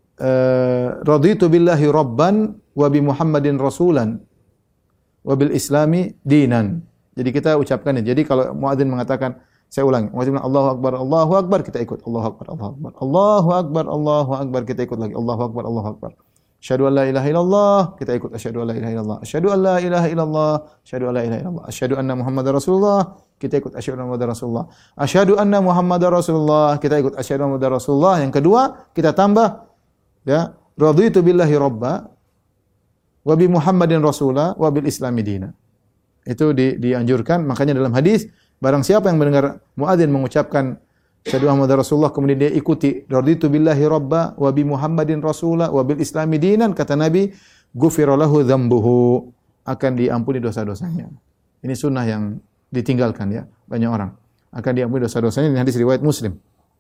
uh, raditu billahi rabban wa bi Muhammadin rasulan wa bil islami dinan. Jadi kita ucapkan ini. Jadi kalau muadzin mengatakan, saya ulangi, muadzin Allahu akbar, Allahu akbar, kita ikut Allahu akbar, Allahu akbar. Allahu akbar, Allahu akbar, kita ikut lagi Allahu akbar, Allahu akbar. Asyhadu an la ilaha illallah, kita ikut asyhadu an la ilaha illallah. Asyhadu an la ilaha illallah, asyhadu an la ilaha illallah. Asyhadu anna Muhammadar Rasulullah, kita ikut asyhadu anna Muhammadar Rasulullah. Asyhadu anna Muhammadar Rasulullah, kita ikut asyhadu anna Muhammadar Rasulullah. Yang kedua, kita tambah ya, raditu billahi rabba wa bi Muhammadin rasula wa bil islami dina. Itu di, dianjurkan, makanya dalam hadis barang siapa yang mendengar muadzin mengucapkan asyhadu anna Muhammadar Rasulullah kemudian dia ikuti raditu billahi rabba wa bi Muhammadin rasula wa bil islami dinan, kata Nabi, ghufira lahu dzambuhu, akan diampuni dosa-dosanya. Ini sunnah yang ditinggalkan ya banyak orang. Akan diampuni dosa-dosanya, ini hadis riwayat Muslim.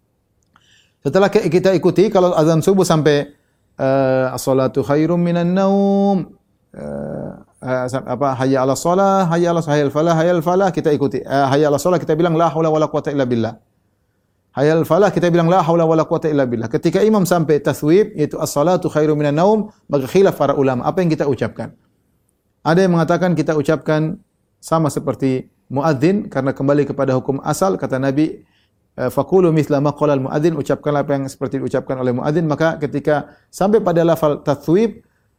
Setelah kita ikuti kalau azan subuh sampai uh, as-salatu khairum minan naum, uh, Uh, apa hayya 'ala shalah, hayya 'ala hayya al-falah, hayya al-falah, kita ikuti. Uh, hayya 'ala shalah kita bilang la haula wala quwata illa billah. Hayya al-falah kita bilang la haula wala quwata illa billah. Ketika imam sampai taswib yaitu as-salatu khairum minan naum, maka khilaf para ulama apa yang kita ucapkan. Ada yang mengatakan kita ucapkan sama seperti muadzin karena kembali kepada hukum asal, kata Nabi faqulu mithla ma qala al-muadzin, ucapkanlah apa yang seperti diucapkan oleh muadzin. Maka ketika sampai pada lafal taswib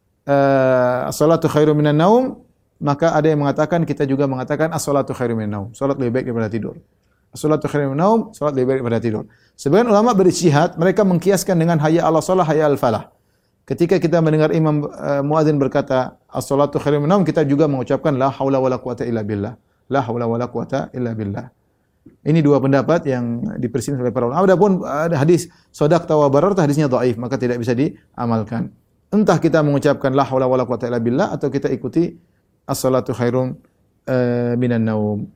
Uh, as-salatu khairu minan naum, maka ada yang mengatakan kita juga mengatakan as-salatu khairu minan naum, salat lebih baik daripada tidur. As-salatu khairu minan naum, salat lebih baik daripada tidur. Sebagian ulama berijtihad, mereka mengkiaskan dengan hayya 'ala shalah, hayya al-falah. Ketika kita mendengar imam uh, muadzin berkata as-salatu khairu minan naum, kita juga mengucapkan la haula wala quwata illa billah. La haula wala quwata illa billah. Ini dua pendapat yang diperselisihkan oleh para ulama. Adapun ada hadis shadaqta wa bararta, hadisnya dhaif, maka tidak bisa diamalkan. Entah kita mengucapkan la haula wala quwata illa billah atau kita ikuti as-salatu khairum uh, minan naum.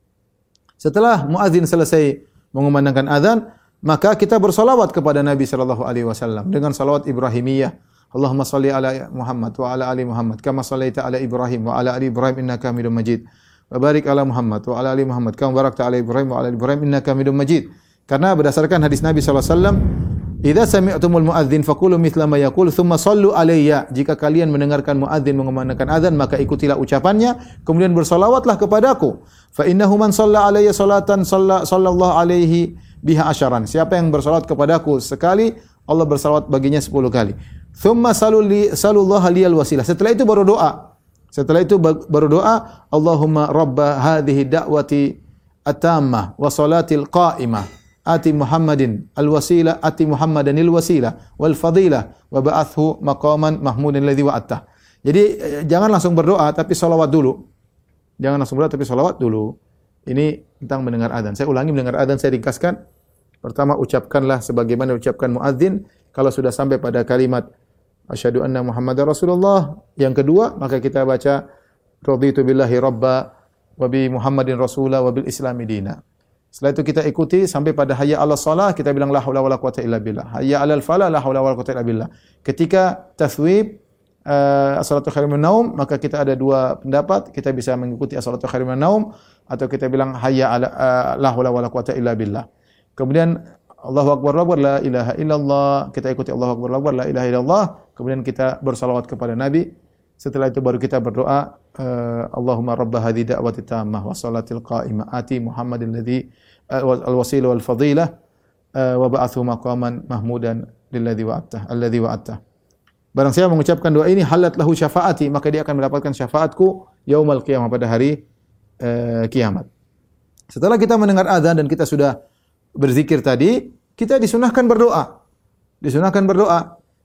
Setelah muadzin selesai mengumandangkan azan, maka kita bersolawat kepada Nabi sallallahu alaihi wasallam dengan salawat Ibrahimiyah. Allahumma shalli ala Muhammad wa ala ali Muhammad kama shallaita ala Ibrahim wa ala ali Ibrahim innaka Hamidum Majid. Wa barik ala Muhammad wa ala ali Muhammad kama barakta ala Ibrahim wa ala ali Ibrahim innaka Hamidum Majid. Karena berdasarkan hadis Nabi sallallahu alaihi wasallam, idza sami'tumul muadzin faqulu mithla ma yaqul thumma shallu alayya. Jika kalian mendengarkan muadzin mengumandangkan azan, maka ikutilah ucapannya, kemudian bersolawatlah kepadaku. Fa innahu man shalla alayya salatan sallallahu alaihi biha asharan. Siapa yang bersolawat kepadaku sekali, Allah bersolawat baginya sepuluh kali. Thumma saluli sallallahu liyal wasilah. Setelah itu baru doa. Setelah itu baru doa, Allahumma rabba hadhihi da'wati at-tammah wa salatil qa'imah. Ati Muhammadin al-wasilah, ati Muhammadanil wasilah wal fadilah wa ba'athu maqaman mahmudan alladhi wa'attah. Jadi jangan langsung berdoa tapi salawat dulu. Jangan langsung berdoa tapi salawat dulu. Ini tentang mendengar azan. Saya ulangi, mendengar azan saya ringkaskan. Pertama, ucapkanlah sebagaimana ucapkan muadzin kalau sudah sampai pada kalimat asyhadu anna Muhammadar Rasulullah. Yang kedua, maka kita baca raditu billahi rabba wa bi Muhammadin rasula wa bil islami dina. Setelah itu kita ikuti sampai pada hayya 'ala shalah, kita bilang la haula wala quwata illa billah. Hayya 'alal falah, la haula wala quwata illa billah. Ketika taswib uh, as-salatu khairum minan naum, maka kita ada dua pendapat, kita bisa mengikuti as-salatu khairum minan naum atau kita bilang hayya 'ala uh, la haula wala quwata illa billah. Kemudian Allahu akbar, Allahu akbar, la ilaha illallah, kita ikuti Allahu akbar, Allahu akbar, la ilaha illallah. Kemudian kita bersalawat kepada Nabi. Setelah itu baru kita berdoa, uh, Allahumma rabba hadhihi da'wati tammah wa salatil qa'imah ati Muhammadin alladhi uh, al-wasilah wal fadilah uh, wa ba'athu maqaman mahmudan lilladzi wa'attah alladzi wa'attah. Barang siapa mengucapkan doa ini, halat lahu syafaati, maka dia akan mendapatkan syafaatku yaumul qiyamah, pada hari uh, kiamat. Setelah kita mendengar azan dan kita sudah berzikir tadi, kita disunahkan berdoa. Disunahkan berdoa.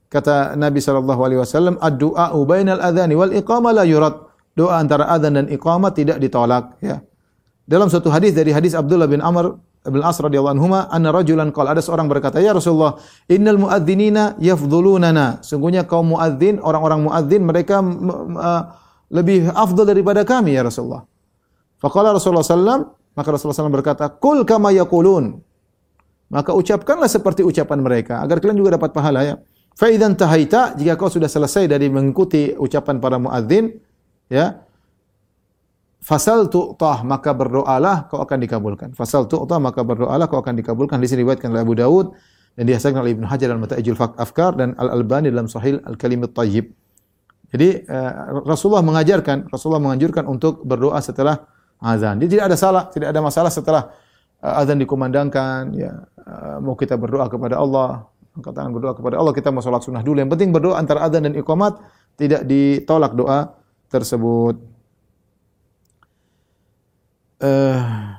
Kata Nabi sallallahu alaihi wasallam, "Ad-du'a'u bainal adhani wal iqamah la yurad." Doa antara adzan dan iqamah tidak ditolak, ya. Dalam suatu hadis dari hadis Abdullah bin Amr bin As radhiyallahu anhuma, anna rajulan qala, ada seorang berkata, "Ya Rasulullah, innal muadzdzinina yafdhulunana." Sungguhnya kaum muadzin, orang-orang muadzin mereka uh, lebih afdal daripada kami ya Rasulullah. Faqala Rasulullah sallallahu, maka Rasulullah sallallahu berkata, "Qul kama yaqulun." Maka ucapkanlah seperti ucapan mereka agar kalian juga dapat pahala, ya. Fa idzan tahaita, jika kau sudah selesai dari mengikuti ucapan para muadzin, ya, fasal tu'tah, maka berdoalah kau akan dikabulkan. Fasal tu'tah, maka berdoalah kau akan dikabulkan. Di sini diriwayatkan oleh Abu Daud dan dihasankan oleh Ibnu Hajar dalam Mata'ijul Afkar dan Al-Albani dalam Sahih Al-Kalimut Thayyib. Jadi uh, Rasulullah mengajarkan, Rasulullah menganjurkan untuk berdoa setelah azan. Jadi tidak ada salah, tidak ada masalah setelah uh, azan dikumandangkan, ya, uh, mau kita berdoa kepada Allah, angkat tangan berdoa kepada Allah, kita mau salat sunnah dulu. Yang penting berdoa antara azan dan iqamat, tidak ditolak doa tersebut. Uh,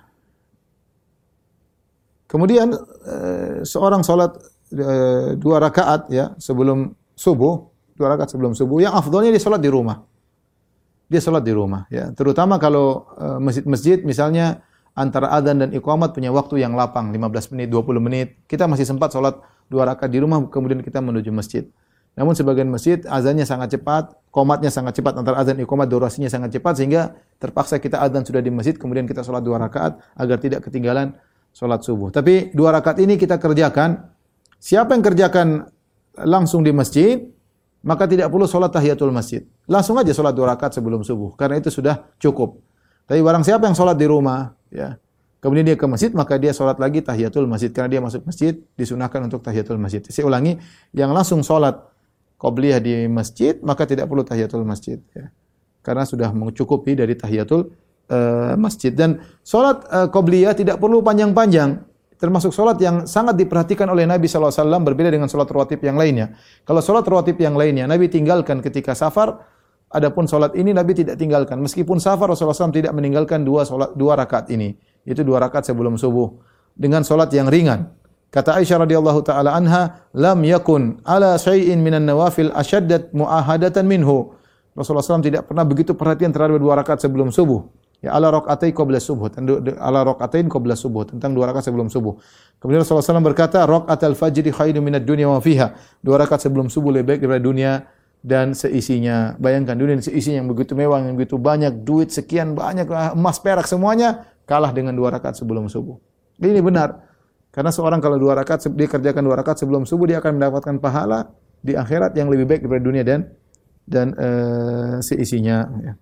kemudian uh, seorang salat uh, dua rakaat, ya, sebelum subuh, dua rakaat sebelum subuh, yang afdalnya dia salat di rumah. Dia salat di rumah, ya. Terutama kalau uh, masjid-masjid misalnya antara adzan dan iqamat punya waktu yang lapang, lima belas menit, dua puluh menit. Kita masih sempat salat dua rakaat di rumah, kemudian kita menuju masjid. Namun sebagian masjid azannya sangat cepat, qomatnya sangat cepat, antara azan dan iqamat durasinya sangat cepat, sehingga terpaksa kita azan sudah di masjid, kemudian kita salat dua rakaat agar tidak ketinggalan salat subuh. Tapi dua rakaat ini kita kerjakan, siapa yang kerjakan langsung di masjid, maka tidak perlu salat tahiyatul masjid. Langsung aja salat dua rakaat sebelum subuh, karena itu sudah cukup. Tapi barang siapa yang salat di rumah, ya, kemudian dia ke masjid, maka dia salat lagi tahiyatul masjid, karena dia masuk masjid disunahkan untuk tahiyatul masjid. Saya ulangi, yang langsung salat qobliyah di masjid, maka tidak perlu tahiyatul masjid, ya. Karena sudah mencukupi dari tahiyatul uh, masjid. Dan salat uh, qobliyah tidak perlu panjang-panjang, termasuk salat yang sangat diperhatikan oleh Nabi sallallahu alaihi wasallam, berbeda dengan salat rawatib yang lainnya. Kalau salat rawatib yang lainnya Nabi tinggalkan ketika safar, adapun salat ini Nabi tidak tinggalkan. Meskipun safar, Rasulullah sallallahu alaihi wasallam tidak meninggalkan dua salat dua rakaat ini. Itu dua rakaat sebelum subuh dengan salat yang ringan. Kata Aisyah radhiyallahu taala anha, "Lam yakun ala syai'in minan nawafil ashaddat muahadatan minhu." Rasulullah sallallahu alaihi wasallam tidak pernah begitu perhatian terhadap dua rakaat sebelum subuh. Ya, ala raqatai qabla subuh, ala raqatain qabla subuh, tentang dua rakaat sebelum subuh. Kemudian Rasulullah sallallahu alaihi wasallam berkata, "Raqatul fajri khairun minad dunya wa fiha." Dua rakaat sebelum subuh lebih baik daripada dunia dan seisinya. Bayangkan dunia dan seisinya yang begitu mewah, yang begitu banyak, duit sekian banyak, emas perak semuanya kalah dengan dua rakaat sebelum subuh. Ini benar. Karena seorang kalau dua rakaat dia kerjakan dua rakaat sebelum subuh, dia akan mendapatkan pahala di akhirat yang lebih baik daripada dunia dan dan uh, seisinya, ya.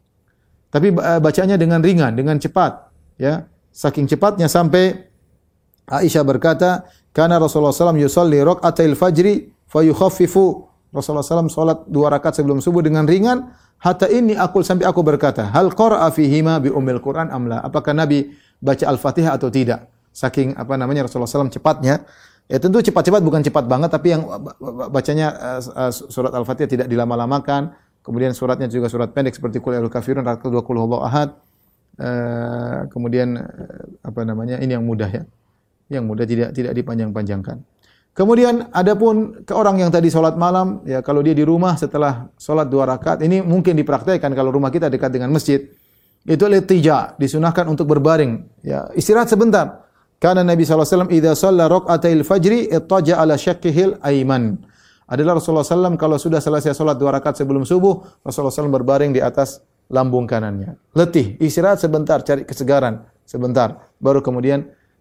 Tapi uh, bacanya dengan ringan, dengan cepat, ya. Saking cepatnya sampai Aisyah berkata, "Kana Rasulullah sallallahu alaihi wasallam yusalli raq'atil fajri fayukhaffifu." Rasulullah sallallahu alaihi wasallam salat dua rakaat sebelum subuh dengan ringan, hatta ini aku sampai aku berkata, "Hal qara'a fihima bi ummil Qur'an amla?" Apakah Nabi baca Al-Fatihah atau tidak? Saking apa namanya Rasulullah sallallahu alaihi wasallam cepatnya. Ya tentu cepat-cepat bukan cepat banget, tapi yang bacanya uh, uh, surat Al-Fatihah tidak dilama-lamakan. Kemudian suratnya juga surat pendek seperti Qul ya ayyuhal kafirun, rakaat kedua Qul huwallahu ahad. Uh, kemudian uh, apa namanya? Ini yang mudah, ya. Yang mudah, tidak tidak dipanjang-panjangkan. Kemudian adapun ke orang yang tadi salat malam, ya kalau dia di rumah setelah salat dua rakaat, ini mungkin dipraktikkan kalau rumah kita dekat dengan masjid. Itu al-ittija, disunahkan untuk berbaring, ya, istirahat sebentar. Karena Nabi sallallahu alaihi wasallam idza shalla raq'atil fajri ittaja ala syaqqihil aiman. Adalah Rasulullah sallallahu alaihi wasallam kalau sudah selesai salat dua rakaat sebelum subuh, Rasulullah sallallahu alaihi wasallam berbaring di atas lambung kanannya. Letih, istirahat sebentar, cari kesegaran sebentar, baru kemudian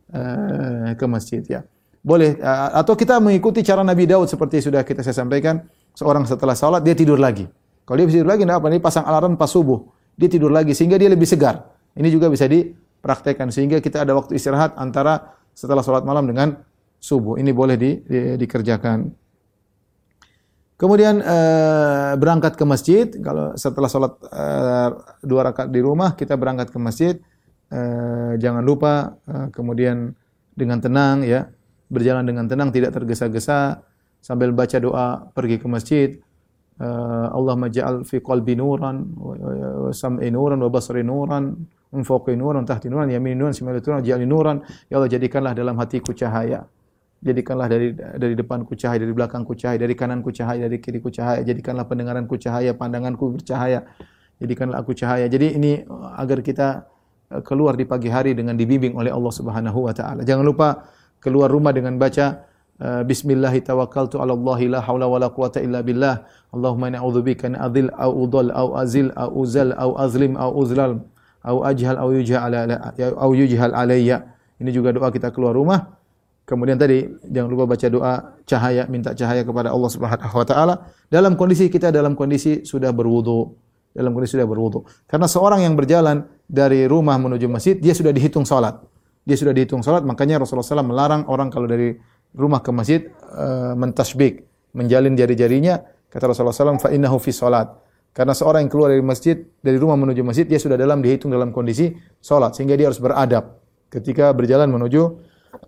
uh, ke masjid, ya. Boleh uh, atau kita mengikuti cara Nabi Daud seperti sudah kita saya sampaikan, seorang setelah salat dia tidur lagi. Kalau dia tidur lagi enggak apa, ini pasang alarm pas subuh, dia tidur lagi sehingga dia lebih segar. Ini juga bisa di praktekkan sehingga kita ada waktu istirahat antara setelah salat malam dengan subuh. Ini boleh di, di, dikerjakan. Kemudian uh, berangkat ke masjid. Kalau setelah salat uh, dua rakaat di rumah, kita berangkat ke masjid. Uh, jangan lupa uh, kemudian dengan tenang, ya, berjalan dengan tenang, tidak tergesa-gesa, sambil baca doa pergi ke masjid. Uh, Allahumma ja'al fi qalbi nuran wa sam'i nuran wa basri nuran. Unfaqi nuran tahti nuran yamini nuran shimali nuran ja'alni nuran. Ya Allah, jadikanlah dalam hatiku cahaya, jadikanlah dari dari depanku cahaya, dari belakangku cahaya, dari kananku cahaya, dari kiriku cahaya, jadikanlah pendengaranku cahaya, pandanganku bercahaya, jadikanlah aku cahaya. Jadi ini agar kita keluar di pagi hari dengan dibimbing oleh Allah Subhanahu wa taala. Jangan lupa keluar rumah dengan baca Bismillahi tawakkaltu 'ala Allah la haula wala quwata illa billah. Allahumma inni a'udzubika an adhil au udhal au azil au uzal au azlim au uzlal au ajhal au yujhal ala au yujhal alayya. Ini juga doa kita keluar rumah. Kemudian tadi jangan lupa baca doa cahaya, minta cahaya kepada Allah Subhanahu wa taala dalam kondisi kita dalam kondisi sudah berwudu. Dalam kondisi sudah berwudu. Karena seorang yang berjalan dari rumah menuju masjid, dia sudah dihitung salat. Dia sudah dihitung salat, makanya Rasulullah shallallahu alaihi wasallam melarang orang kalau dari rumah ke masjid uh, mentasbik, menjalin jari-jarinya. Kata Rasulullah shallallahu alaihi wasallam, fa innahu fi salat. Karena seorang yang keluar dari masjid, dari rumah menuju masjid, dia sudah dalam dihitung dalam kondisi salat, sehingga dia harus beradab ketika berjalan menuju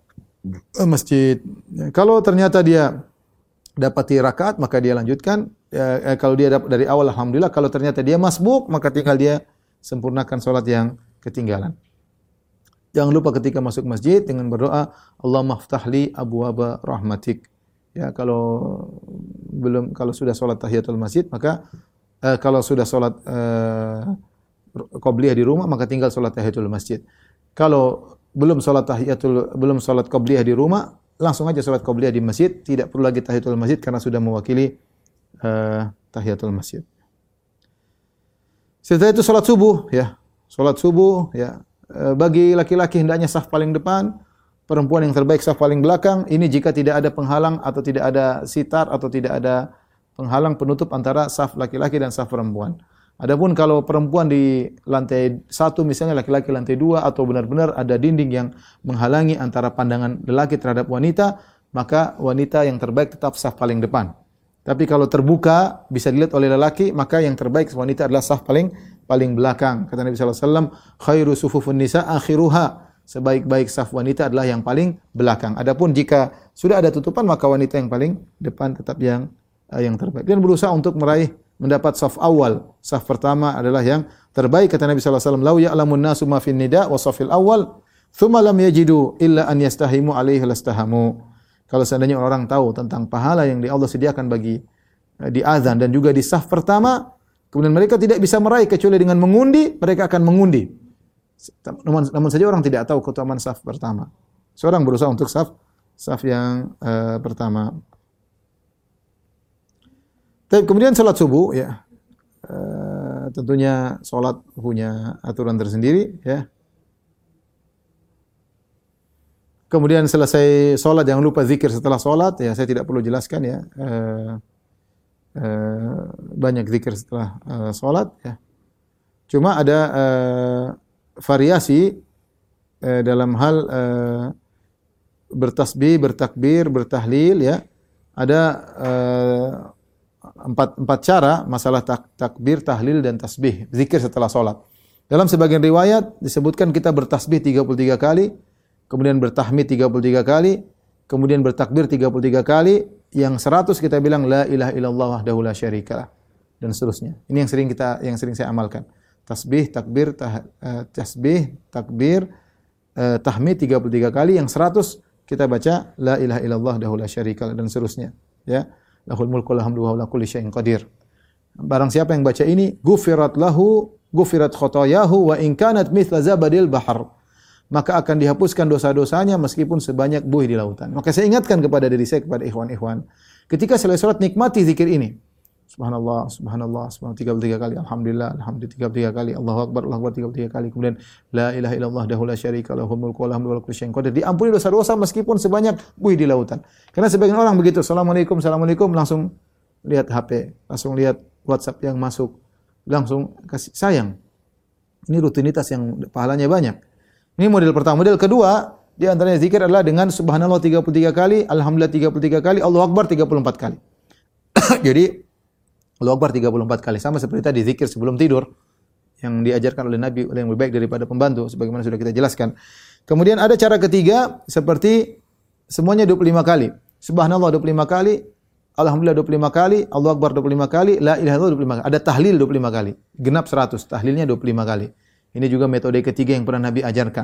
masjid. Kalau ternyata dia dapati rakaat, maka dia lanjutkan. Ya, eh, kalau dia dapat dari awal, alhamdulillah. Kalau ternyata dia masbuk, maka tinggal dia sempurnakan salat yang ketinggalan. Jangan lupa ketika masuk masjid dengan berdoa, Allahumma ftahli abwaaba rahmatik. Ya, kalau belum kalau sudah salat tahiyatul masjid, maka eh, kalau sudah salat eh, qabliyah di rumah, maka tinggal salat tahiyatul masjid. Kalau belum salat tahiyatul belum salat qabliyah di rumah, langsung aja salat qabliyah di masjid, tidak perlu lagi tahiyatul masjid karena sudah mewakili uh, tahiyatul masjid. Setelah itu salat subuh ya. Salat subuh ya. Uh, bagi laki-laki hendaknya saf paling depan, perempuan yang terbaik saf paling belakang. Ini jika tidak ada penghalang atau tidak ada sitar atau tidak ada penghalang penutup antara saf laki-laki dan saf perempuan. Adapun kalau perempuan di lantai satu misalnya, laki-laki lantai dua, atau benar-benar ada dinding yang menghalangi antara pandangan lelaki terhadap wanita, maka wanita yang terbaik tetap saf paling depan. Tapi kalau terbuka bisa dilihat oleh lelaki, maka yang terbaik wanita adalah saf paling paling belakang. Kata Nabi sallallahu alaihi wasallam, khairu sufufun nisa akhiruha. Sebaik-baik saf wanita adalah yang paling belakang. Adapun jika sudah ada tutupan, maka wanita yang paling depan tetap yang uh, yang terbaik. Dan berusaha untuk meraih mendapat saf awal. Saf pertama adalah yang terbaik. Kata Nabi sallallahu alaihi wasallam, "Lau ya'lamun nasu ma fin nida wa safil awal, thumma lam yajidu illa an yastahimu alaihi lastahamu." Kalau seandainya orang tahu tentang pahala yang di Allah sediakan bagi di azan dan juga di saf pertama, kemudian mereka tidak bisa meraih kecuali dengan mengundi, mereka akan mengundi. Namun, namun saja orang tidak tahu keutamaan saf pertama. Seorang berusaha untuk saf saf yang uh, pertama. Tapi kemudian salat subuh ya, uh, tentunya salat punya aturan tersendiri ya. Kemudian selesai salat jangan lupa zikir setelah salat ya, saya tidak perlu jelaskan ya. Uh, uh, banyak zikir setelah uh, salat ya. Cuma ada uh, variasi uh, dalam hal uh, bertasbih, bertakbir, bertahlil ya. Ada uh, Empat, empat cara masalah tak, takbir, tahlil, dan tasbih, zikir setelah sholat. Dalam sebagian riwayat disebutkan kita bertasbih tiga puluh tiga kali, kemudian bertahmid tiga puluh tiga kali, kemudian bertakbir tiga puluh tiga kali, yang seratus kita bilang la ilaha illallah wahdahu la syarikalah, dan seterusnya. Ini yang sering kita yang sering saya amalkan. Tasbih, takbir, tah, uh, tasbih, takbir, uh, tahmid tiga puluh tiga kali, yang seratus kita baca la ilaha illallah wahdahu la syarikalah, dan seterusnya. Ya. Lahul mulku wal hamdu wa huwa ala kulli syai'in qadir. Barang siapa yang baca ini, gufirat lahu, gufirat khotoyahu wa in kanat mithla zabadil bahar. Maka akan dihapuskan dosa-dosanya meskipun sebanyak buih di lautan. Maka saya ingatkan kepada diri saya, kepada ikhwan-ikhwan, ketika selesai salat nikmati zikir ini. Subhanallah, subhanallah, subhanallah tiga puluh tiga kali, alhamdulillah, alhamdulillah tiga puluh tiga kali, Allahu akbar, Allahu akbar tiga puluh tiga kali. Kemudian la ilaha illallah wahdahu la syarika lahu, lahul mulku wal hamdu wa huwa ala kulli syai'in qadir. Diampuni dosa-dosa meskipun sebanyak buih di lautan. Karena sebagian orang begitu, assalamualaikum, assalamualaikum, langsung lihat H P, langsung lihat WhatsApp yang masuk, langsung kasih sayang. Ini rutinitas yang pahalanya banyak. Ini model pertama. Model kedua, di antaranya zikir adalah dengan subhanallah tiga puluh tiga kali, alhamdulillah tiga puluh tiga kali, Allahu akbar tiga puluh empat kali. Jadi Allahu akbar tiga puluh empat kali, sama seperti tadi zikir sebelum tidur yang diajarkan oleh Nabi, yang lebih baik daripada pembantu sebagaimana sudah kita jelaskan. Kemudian ada cara ketiga seperti semuanya dua puluh lima kali. Subhanallah dua puluh lima kali, alhamdulillah dua puluh lima kali, Allahu akbar dua puluh lima kali, la ilaha illallah dua puluh lima kali. Ada tahlil dua puluh lima kali. Genap seratus, tahlilnya dua puluh lima kali. Ini juga metode ketiga yang pernah Nabi ajarkan.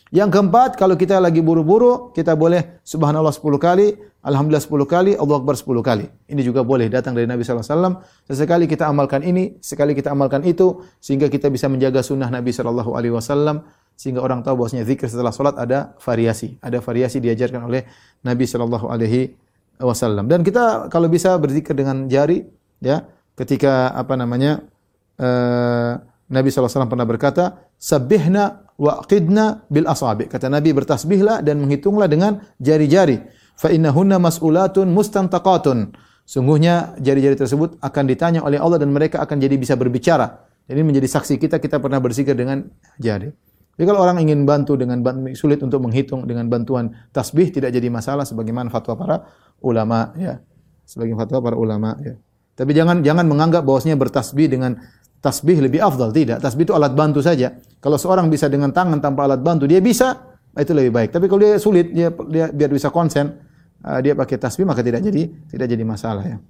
Yang keempat, kalau kita lagi buru-buru, kita boleh subhanallah sepuluh kali, alhamdulillah sepuluh kali, Allahu akbar sepuluh kali. Ini juga boleh datang dari Nabi sallallahu alaihi wasallam. Sesekali kita amalkan ini, sekali kita amalkan itu, sehingga kita bisa menjaga sunnah Nabi sallallahu alaihi wasallam, sehingga orang tahu bahwasanya zikir setelah salat ada variasi. Ada variasi diajarkan oleh Nabi sallallahu alaihi wasallam. Dan kita kalau bisa berzikir dengan jari, ya, ketika apa namanya uh, Nabi sallallahu alaihi wasallam pernah berkata, "Sabbihna wa aqidna bil asabi." Kata Nabi, bertasbihlah dan menghitunglah dengan jari-jari. Fa innahunna mas'ulatun mustantaqatun. Sungguhnya jari-jari tersebut akan ditanya oleh Allah dan mereka akan jadi bisa berbicara. Jadi menjadi saksi kita kita pernah berzikir dengan jari. Jadi kalau orang ingin bantu dengan sulit untuk menghitung dengan bantuan tasbih tidak jadi masalah sebagaimana fatwa para ulama ya. Sebagai fatwa para ulama ya. Tapi jangan jangan menganggap bahwasanya bertasbih dengan tasbih lebih afdal, tidak. Tasbih itu alat bantu saja. Kalau seorang bisa dengan tangan tanpa alat bantu, dia bisa, itu lebih baik. Tapi kalau dia sulit, dia, dia biar bisa konsen, uh, dia pakai tasbih maka tidak jadi tidak jadi masalah ya.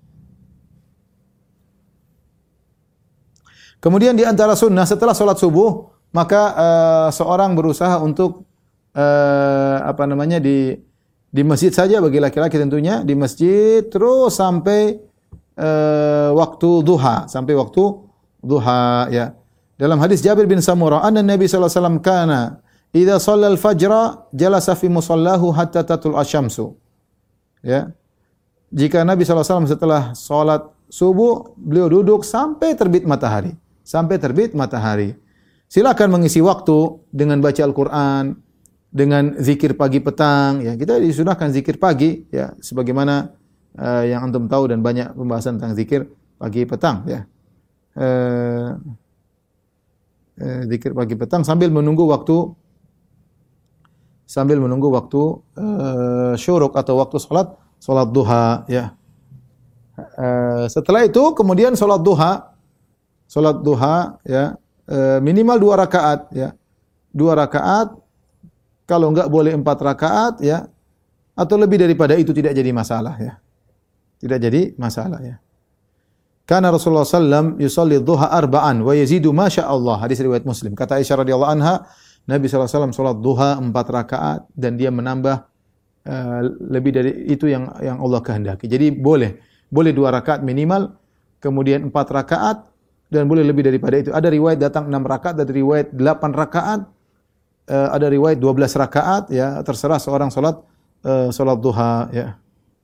Kemudian di antara sunnah setelah sholat subuh, maka uh, seorang berusaha untuk uh, apa namanya di di masjid saja bagi laki-laki tentunya, di masjid terus sampai uh, waktu duha, sampai waktu duha ya. Dalam hadis Jabir bin Samurah, anna Nabi sallallahu alaihi wasallam kana idza shalla al-fajra jalasa fi musallahu hatta tatul asyamsu. Ya. Jika Nabi sallallahu alaihi wasallam setelah salat subuh, beliau duduk sampai terbit matahari, sampai terbit matahari. Silakan mengisi waktu dengan baca Al-Qur'an, dengan zikir pagi petang ya. Kita disunahkan zikir pagi ya sebagaimana uh, yang antum tahu dan banyak pembahasan tentang zikir pagi petang ya. Uh, uh, zikir pagi petang sambil menunggu waktu sambil menunggu waktu uh, syuruk atau waktu salat salat duha ya. Uh, setelah itu kemudian salat duha salat duha ya uh, minimal dua rakaat ya. Dua rakaat, kalau enggak boleh empat rakaat ya, atau lebih daripada itu tidak jadi masalah ya. Tidak jadi masalah ya. Karena Rasulullah sallallahu alaihi wasallam yusalli dhuha arba'an wa yazidu ma syaa Allah. Hadis riwayat Muslim. Kata Aisyah radhiyallahu anha, Nabi sallallahu alaihi wasallam salat duha empat rakaat dan dia menambah uh, lebih dari itu yang yang Allah kehendaki. Jadi boleh, boleh dua rakaat minimal, kemudian empat rakaat dan boleh lebih daripada itu. Ada riwayat datang enam rakaat, ada riwayat delapan rakaat, uh, ada riwayat dua belas rakaat ya, terserah seorang salat uh, salat duha ya.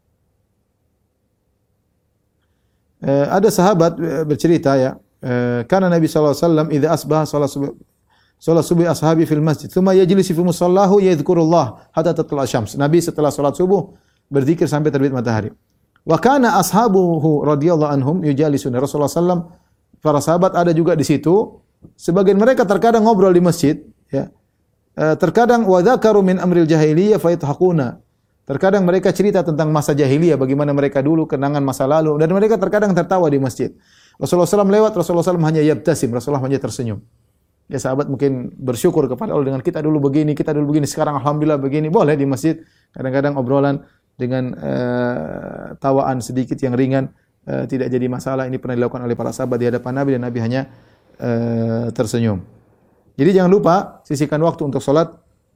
Uh, ada sahabat uh, bercerita ya, uh, karena Nabi sallallahu alaihi wasallam idza asbaha salat subuh salat subuh ashabi fil masjid, thumma yajlisu fi musallahu yadhkurullah hatta tatlu'a syams. Nabi setelah salat subuh berzikir sampai terbit matahari. Wa kana ashabuhu radhiyallahu anhum yujalisuna Rasulullah sallallahu alaihi wasallam, para sahabat ada juga di situ. Sebagian mereka terkadang ngobrol di masjid ya. Uh, terkadang wa dzakaru min amril jahiliyah fa yathaquna. Terkadang mereka cerita tentang masa jahiliyah, bagaimana mereka dulu, kenangan masa lalu, dan mereka terkadang tertawa di masjid. Rasulullah sallallahu alaihi wasallam lewat, Rasulullah sallallahu alaihi wasallam hanya yabtasim, Rasulullah hanya tersenyum. Ya sahabat mungkin bersyukur kepada Allah dengan kita dulu begini, kita dulu begini, sekarang alhamdulillah begini. Boleh di masjid, kadang-kadang obrolan dengan uh, tawaan sedikit yang ringan, uh, tidak jadi masalah. Ini pernah dilakukan oleh para sahabat di hadapan Nabi dan Nabi hanya uh, tersenyum. Jadi jangan lupa sisihkan waktu untuk salat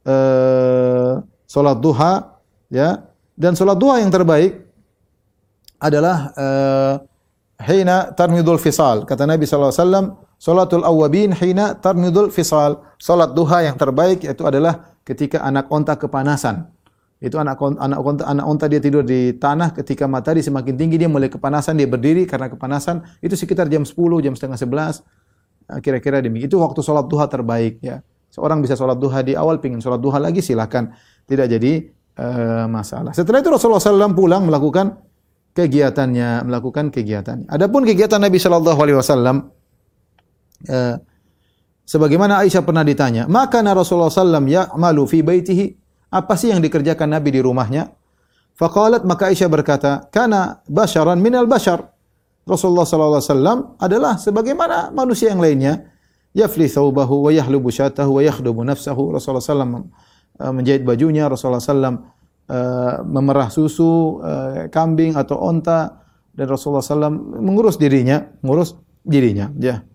uh, salat duha. Ya, dan salat duha yang terbaik adalah uh, hina tarmidul fisal. Kata Nabi sallallahu alaihi wasallam, salatul awwabin hina tarmidul fisal. Salat duha yang terbaik yaitu adalah ketika anak onta kepanasan. Itu anak anak onta anak onta dia tidur di tanah, ketika matahari semakin tinggi dia mulai kepanasan, dia berdiri karena kepanasan. Itu sekitar jam sepuluh, jam setengah sebelas. Kira-kira demikian. Itu waktu salat duha terbaik ya. Seorang bisa salat duha di awal, pengin salat duha lagi silakan. Tidak jadi Uh, masalah. Setelah itu Rasulullah sallallahu alaihi wasallam pulang melakukan kegiatannya, melakukan kegiatannya. Adapun kegiatan Nabi sallallahu alaihi wasallam, uh, sebagaimana Aisyah pernah ditanya, maka Rasulullah sallallahu alaihi wasallam ya'malu fi baitihi, apa sih yang dikerjakan Nabi di rumahnya? Faqalat, maka Aisyah berkata, kana basyaran minal basyar. Rasulullah sallallahu alaihi wasallam adalah sebagaimana manusia yang lainnya, yafli thawbahu wa yahlubu syatahu wa yakhdubu nafsahu. Rasulullah sallallahu alaihi wasallam menjahit bajunya, Rasulullah sallallahu alaihi wasallam uh, memerah susu uh, kambing atau onta, dan Rasulullah sallallahu alaihi wasallam mengurus dirinya, mengurus dirinya. Ya,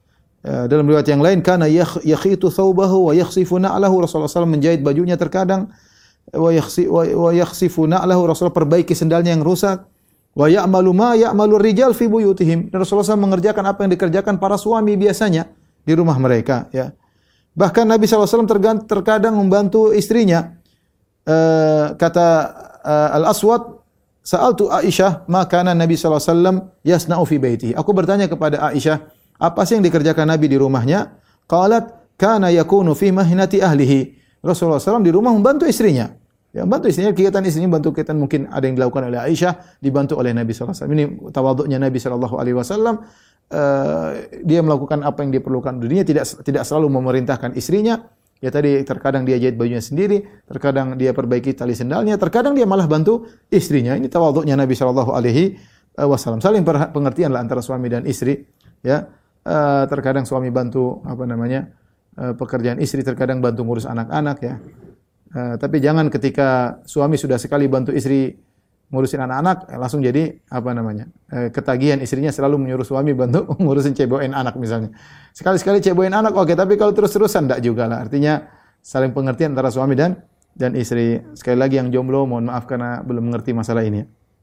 Uh, dalam riwayat yang lain, kana yakh, yakhitu thawbahu wa yakhsifu na'lahu. Rasulullah sallallahu alaihi wasallam menjahit bajunya terkadang, wa yakhsi wa, wa yakhsifu na'lahu. Rasulullah perbaiki sendalnya yang rusak. Wa ya'malu ma ya'malu rijal fi buyutihim. Dan Rasulullah sallallahu alaihi wasallam mengerjakan apa yang dikerjakan para suami biasanya di rumah mereka, ya. Bahkan Nabi sallallahu alaihi wasallam terkadang membantu istrinya. Uh, kata uh, Al-Aswad, sa'altu Aisyah ma kana Nabi sallallahu alaihi wasallam yasna'u fi baitihi. Aku bertanya kepada Aisyah, apa sih yang dikerjakan Nabi di rumahnya? Qalat kana yakunu fi mahnati ahlihi. Rasulullah sallallahu alaihi wasallam di rumah membantu istrinya. Ya, membantu istrinya, kegiatan istrinya, bantu kegiatan mungkin ada yang dilakukan oleh Aisyah, dibantu oleh Nabi sallallahu alaihi wasallam. Ini tawaduknya Nabi sallallahu alaihi wasallam. Uh, dia melakukan apa yang diperlukan dirinya, tidak tidak selalu memerintahkan istrinya. Ya tadi terkadang dia jahit bajunya sendiri, terkadang dia perbaiki tali sendalnya, terkadang dia malah bantu istrinya. Ini tawaduknya Nabi sallallahu alaihi wasallam. Saling pengertianlah antara suami dan istri, ya. Uh, terkadang suami bantu apa namanya uh, pekerjaan istri, terkadang bantu ngurus anak-anak, ya. Uh, tapi jangan ketika suami sudah sekali bantu istri ngurusin anak-anak, langsung jadi apa namanya uh, ketagihan istrinya selalu menyuruh suami bantu ngurusin cebokin anak misalnya. Sekali-sekali cebokin anak oke, okay, tapi kalau terus-terusan enggak juga lah. Artinya saling pengertian antara suami dan dan istri. Sekali lagi yang jomblo mohon maaf karena belum mengerti masalah ini.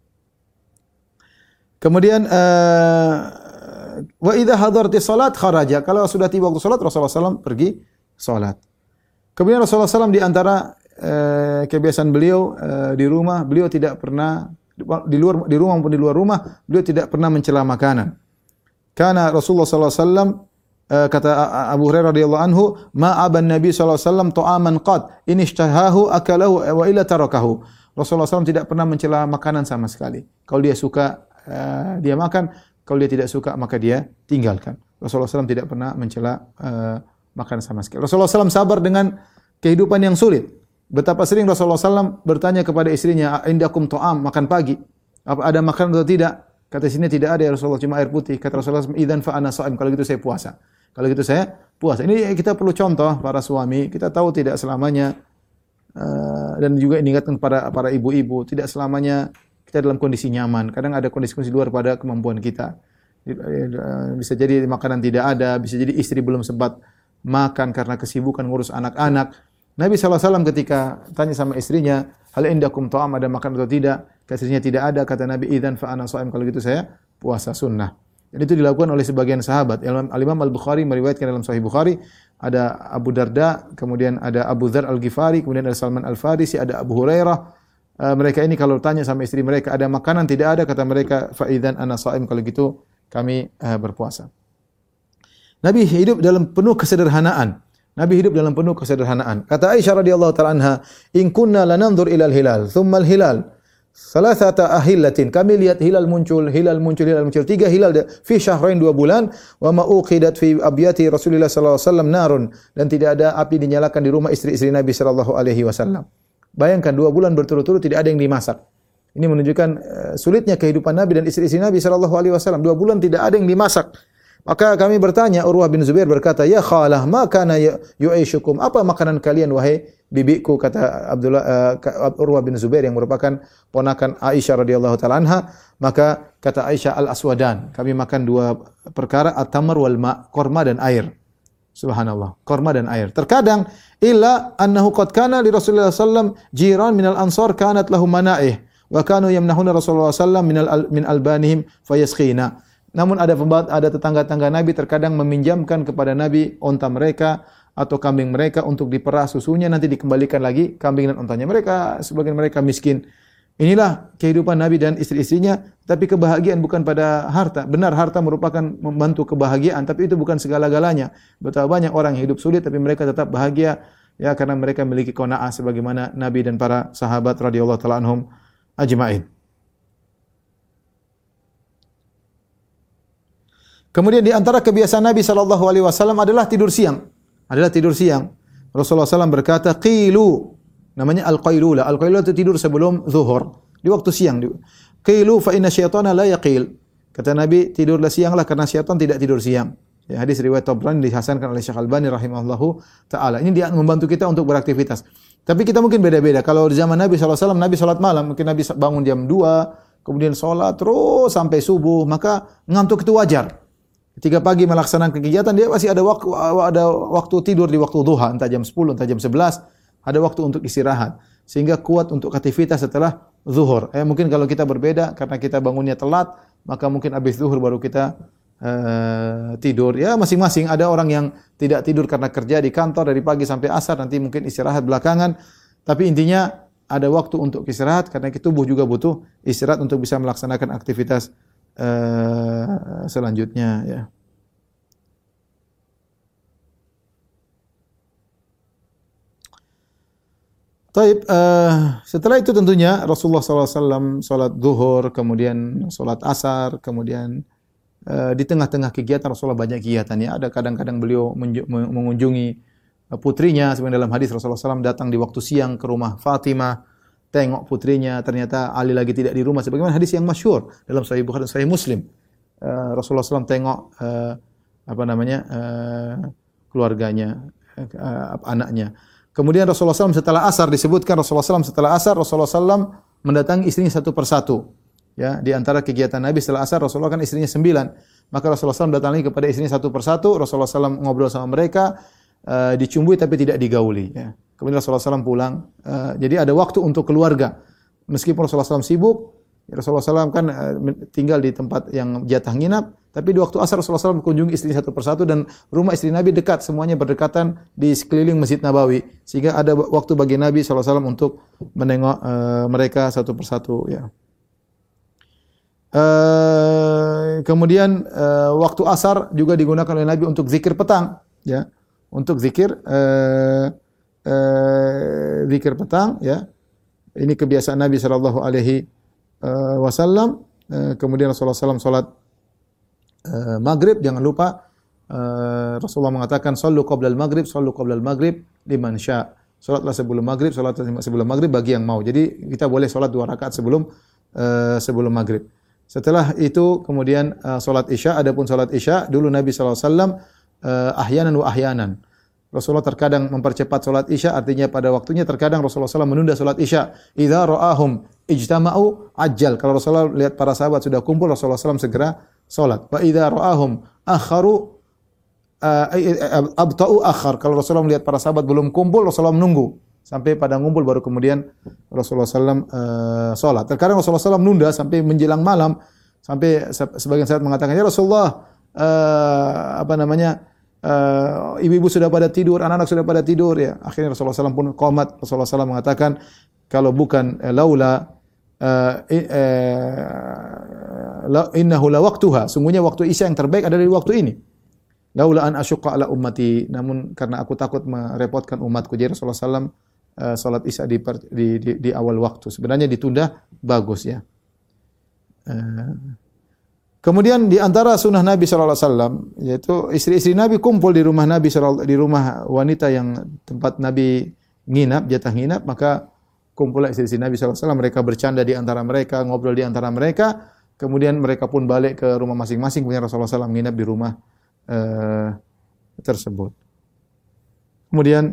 Kemudian uh, wa idza hadarati salat kharaja. Kalau sudah tiba waktu salat, Rasulullah sallallahu alaihi wasallam pergi salat. Kemudian Rasulullah sallallahu alaihi wasallam di antara eh, kebiasaan beliau eh, di rumah, beliau tidak pernah di luar di rumah maupun di luar rumah, beliau tidak pernah mencela makanan. Karena Rasulullah sallallahu alaihi wasallam eh, kata Abu Hurairah radhiyallahu anhu, ma aban Nabi sallallahu alaihi wasallam ta'aman qad in ishtahahu akalahu wa illa tarakahu. Rasulullah sallallahu alaihi wasallam tidak pernah mencela makanan sama sekali. Kalau dia suka eh, dia makan, kalau dia tidak suka maka dia tinggalkan. Rasulullah sallallahu alaihi wasallam tidak pernah mencela uh, makan sama sekali. Rasulullah sallallahu alaihi wasallam sabar dengan kehidupan yang sulit. Betapa sering Rasulullah sallallahu alaihi wasallam bertanya kepada istrinya, "Indakum ta'am?" Makan pagi. Apa ada makan atau tidak? Kata istrinya, tidak ada ya Rasulullah, cuma air putih. Kata Rasulullah, "Idzan fa ana sha'im." Kalau gitu saya puasa. Kalau gitu saya puasa. Ini kita perlu contoh para suami. Kita tahu tidak selamanya uh, dan juga ingatkan para para ibu-ibu, tidak selamanya kita dalam kondisi nyaman. Kadang ada kondisi-kondisi luar pada kemampuan kita. Bisa jadi makanan tidak ada, bisa jadi istri belum sempat makan karena kesibukan ngurus anak-anak. Nabi sallallahu alaihi wasallam ketika tanya sama istrinya, "Hal indakum ta'am?" Ada makan atau tidak? Kata istrinya, tidak ada. Kata Nabi, "Idzan fa ana sha'im." Kalau gitu saya puasa sunnah. Dan itu dilakukan oleh sebagian sahabat. Al-Imam Al-Bukhari meriwayatkan dalam Sahih Bukhari, ada Abu Darda, kemudian ada Abu Dzar Al-Ghifari, kemudian ada Salman Al-Farisi, ada Abu Hurairah. Uh, mereka ini kalau tanya sama istri mereka, ada makanan tidak ada, kata mereka, fa idzan ana sha'im, kalau gitu kami uh, berpuasa. Nabi hidup dalam penuh kesederhanaan. Nabi hidup dalam penuh kesederhanaan. Kata Aisyah radhiyallahu taala anha, "In kunna lananzur ilal hilal, thumma al-hilal, salasata ahillatin." Kami lihat hilal muncul, hilal muncul, hilal muncul. Tiga hilal fi syahrain, dua bulan. Wa ma uqidat fi abyati Rasulillah sallallahu alaihi wasallam narun, dan tidak ada api dinyalakan di rumah istri-istri Nabi sallallahu alaihi wasallam. Bayangkan dua bulan berturut-turut tidak ada yang dimasak. Ini menunjukkan uh, sulitnya kehidupan Nabi dan istri-istri Nabi sallallahu alaihi wasallam. Dua bulan tidak ada yang dimasak. Maka kami bertanya, Urwah bin Zubair berkata, "Ya khalah, ma kana yu'aishukum?" Apa makanan kalian wahai bibiku? Kata Abdullah uh, Urwah bin Zubair yang merupakan ponakan Aisyah radhiyallahu taala anha. Maka kata Aisyah, "Al-aswadan." Kami makan dua perkara, at-tamr wal ma', korma dan air. Subhanallah, korma dan air. Terkadang illa annahu qad kana li Rasulullah sallallahu alaihi wasallam jiran minal ansar kanat lahum mana'ih wa kanu yamnahuna Rasulullah sallallahu alaihi wasallam min albanihim fayasqina. Namun ada ada tetangga-tetangga Nabi terkadang meminjamkan kepada Nabi onta mereka atau kambing mereka untuk diperah susunya, nanti dikembalikan lagi kambing dan ontanya. Mereka sebagian mereka miskin. Inilah kehidupan Nabi dan istri-istrinya, tapi kebahagiaan bukan pada harta. Benar harta merupakan membantu kebahagiaan, tapi itu bukan segala-galanya. Betapa banyak orang yang hidup sulit tapi mereka tetap bahagia, ya, karena mereka memiliki qanaah sebagaimana Nabi dan para sahabat radhiyallahu taala anhum ajma'in. Kemudian di antara kebiasaan Nabi sallallahu alaihi wasallam adalah tidur siang. Adalah tidur siang. Rasulullah sallallahu alaihi wasallam berkata, "Qilu." Namanya al-qailulah. Al-qailulah itu tidur sebelum zuhur, di waktu siang. Qilu fa inna syaitana la yaqil. Kata Nabi, tidurlah sianglah karena syaitan tidak tidur siang. Ya, hadis riwayat Tabrani dihasankan oleh Syekh Albani rahimahullahu taala. Ini dia membantu kita untuk beraktivitas. Tapi kita mungkin beda-beda. Kalau di zaman Nabi sallallahu alaihi wasallam, Nabi salat malam, mungkin Nabi bangun jam dua, kemudian salat terus sampai subuh, maka ngantuk itu wajar. Ketika pagi melaksanakan kegiatan, dia masih ada waktu ada waktu tidur di waktu duha, entah jam sepuluh, entah jam sebelas, ada waktu untuk istirahat sehingga kuat untuk aktivitas setelah zuhur. Eh, mungkin kalau kita berbeda karena kita bangunnya telat, maka mungkin habis zuhur baru kita uh, tidur. Ya masing-masing, ada orang yang tidak tidur karena kerja di kantor dari pagi sampai asar, nanti mungkin istirahat belakangan. Tapi intinya ada waktu untuk istirahat karena tubuh juga butuh istirahat untuk bisa melaksanakan aktivitas Uh, selanjutnya ya. Taib, uh, setelah itu tentunya Rasulullah shallallahu alaihi wasallam sholat zuhur, kemudian sholat asar, kemudian uh, di tengah-tengah kegiatan Rasulullah banyak kegiatan ya. Ada kadang-kadang beliau mengunjungi putrinya, sebenarnya dalam hadis Rasulullah shallallahu alaihi wasallam datang di waktu siang ke rumah Fatimah, tengok putrinya, ternyata Ali lagi tidak di rumah. Sebagaimana hadis yang masyhur dalam Sahih Bukhari dan Sahih Muslim. Uh, Rasulullah shallallahu alaihi wasallam tengok uh, apa namanya uh, keluarganya, uh, anaknya. Kemudian Rasulullah shallallahu alaihi wasallam setelah asar disebutkan Rasulullah shallallahu alaihi wasallam setelah asar Rasulullah shallallahu alaihi wasallam mendatangi istrinya satu persatu. Ya, di antara kegiatan Nabi setelah asar Rasulullah kan istrinya sembilan. Maka Rasulullah shallallahu alaihi wasallam datangi kepada istrinya satu persatu. Rasulullah shallallahu alaihi wasallam ngobrol sama mereka, uh, dicumbui tapi tidak digauli. Ya. Kemudian Rasulullah shallallahu alaihi wasallam pulang. Uh, jadi ada waktu untuk keluarga. Meskipun Rasulullah shallallahu alaihi wasallam sibuk, Rasulullah shallallahu alaihi wasallam kan uh, tinggal di tempat yang jatah nginap. Tapi di waktu asar Rasulullah shallallahu alaihi wasallam mengunjungi istri satu persatu dan rumah istri Nabi dekat, semuanya berdekatan di sekeliling Masjid Nabawi. Sehingga ada waktu bagi Nabi shallallahu alaihi wasallam untuk menengok uh, mereka satu persatu. Ya. Uh, kemudian uh, waktu asar juga digunakan oleh Nabi untuk zikir petang. Ya. Untuk zikir uh, Uh, zikir petang ya. Ini kebiasaan Nabi sallallahu alaihi wasallam. Uh, kemudian Rasulullah sallallahu alaihi wasallam salat uh, maghrib, jangan lupa uh, Rasulullah mengatakan sallu qabla al-maghrib, sallu qabla al-maghrib liman sya'. Salatlah sebelum maghrib, salatlah sebelum maghrib bagi yang mau. Jadi kita boleh salat dua rakaat sebelum uh, sebelum maghrib. Setelah itu kemudian uh, salat isya. Adapun salat isya dulu Nabi sallallahu alaihi wasallam uh, ahyanan wa ahyanan. Rasulullah terkadang mempercepat salat isya, artinya pada waktunya. Terkadang Rasulullah shallallahu alaihi wasallam menunda salat isya. Idza ra'ahum ijtama'u ajjal. Kalau Rasulullah lihat para sahabat sudah kumpul, Rasulullah shallallahu alaihi wasallam segera salat. Wa idza ra'ahum akharu abta'u akhar. Kalau Rasulullah melihat para sahabat belum kumpul, Rasulullah menunggu sampai pada ngumpul baru kemudian Rasulullah shallallahu alaihi wasallam uh, salat. Terkadang Rasulullah shallallahu alaihi wasallam nunda sampai menjelang malam, sampai sebagian sahabat mengatakan, "Ya Rasulullah, uh, apa namanya? Uh, ibu-ibu sudah pada tidur, anak-anak sudah pada tidur ya." Akhirnya Rasulullah shallallahu alaihi wasallam pun qomat. Rasulullah shallallahu alaihi wasallam mengatakan, kalau bukan eh, laula uh, uh, innahu la waqtuha, sungguhnya waktu isya yang terbaik adalah di waktu ini. Laula an asyqa ala ummati, namun karena aku takut merepotkan umatku. Jadi Rasulullah shallallahu alaihi wasallam uh, salat isya di, di, di, di awal waktu. Sebenarnya ditunda bagus ya. Uh, Kemudian di antara sunnah Nabi shallallahu alaihi wasallam yaitu istri-istri Nabi kumpul di rumah Nabi di rumah wanita yang tempat Nabi nginap, jatah nginap, maka kumpullah istri-istri Nabi shallallahu alaihi wasallam, mereka bercanda di antara mereka, ngobrol di antara mereka, kemudian mereka pun balik ke rumah masing-masing, kemudian Rasulullah shallallahu alaihi wasallam nginap di rumah uh, tersebut. Kemudian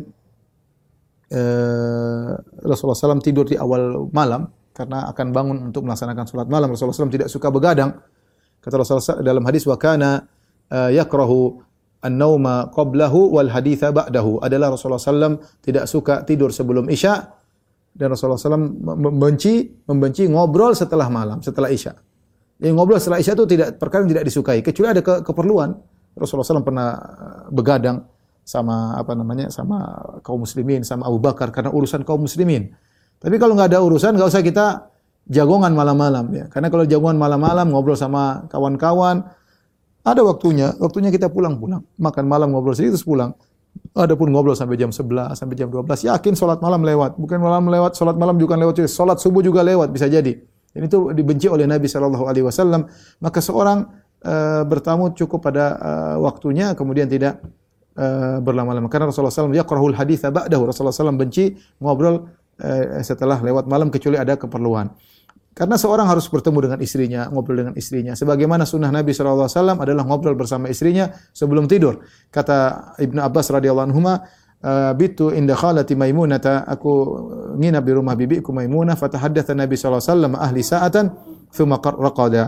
uh, Rasulullah shallallahu alaihi wasallam tidur di awal malam karena akan bangun untuk melaksanakan salat malam. Rasulullah shallallahu alaihi wasallam tidak suka begadang. Kata Rasulullah dalam hadis, wa kana uh, yakrahu an-nauma qablahu wal haditha ba'dahu. Adalah Rasulullah sallallahu alaihi wasallam tidak suka tidur sebelum isya, dan Rasulullah sallallahu alaihi wasallam membenci membenci ngobrol setelah malam, setelah isya. Yang ngobrol setelah isya itu tidak, perkara yang tidak disukai, kecuali ada ke, keperluan. Rasulullah sallallahu alaihi wasallam pernah begadang sama apa namanya sama kaum muslimin, sama Abu Bakar karena urusan kaum muslimin. Tapi kalau nggak ada urusan, nggak usah kita jagongan malam-malam ya. Karena kalau jagongan malam-malam ngobrol sama kawan-kawan, ada waktunya, waktunya kita pulang-pulang. Makan malam ngobrol sedikit terus pulang. Adapun ngobrol sampai jam sebelas, sampai jam dua belas, yakin salat malam lewat. Bukan malam lewat, salat malam juga lewat, salat subuh juga lewat bisa jadi. Dan itu dibenci oleh Nabi sallallahu alaihi wasallam. Maka seorang uh, bertamu cukup pada uh, waktunya, kemudian tidak uh, berlama-lama. Karena Rasulullah sallallahu alaihi wasallam yaqrahul haditha ba'dahu. Rasulullah sallallahu alaihi wasallam benci ngobrol uh, setelah lewat malam kecuali ada keperluan. Karena seorang harus bertemu dengan istrinya, ngobrol dengan istrinya. Sebagaimana sunnah Nabi shallallahu alaihi wasallam adalah ngobrol bersama istrinya sebelum tidur. Kata Ibnu Abbas radhiyallahu anhuma, bitu inda khalati Maimunah, aku nginap di rumah bibiku Maimunah, fatahaddatsa Nabi sallallahu alaihi wasallam ahli sa'atan, thumma raqada.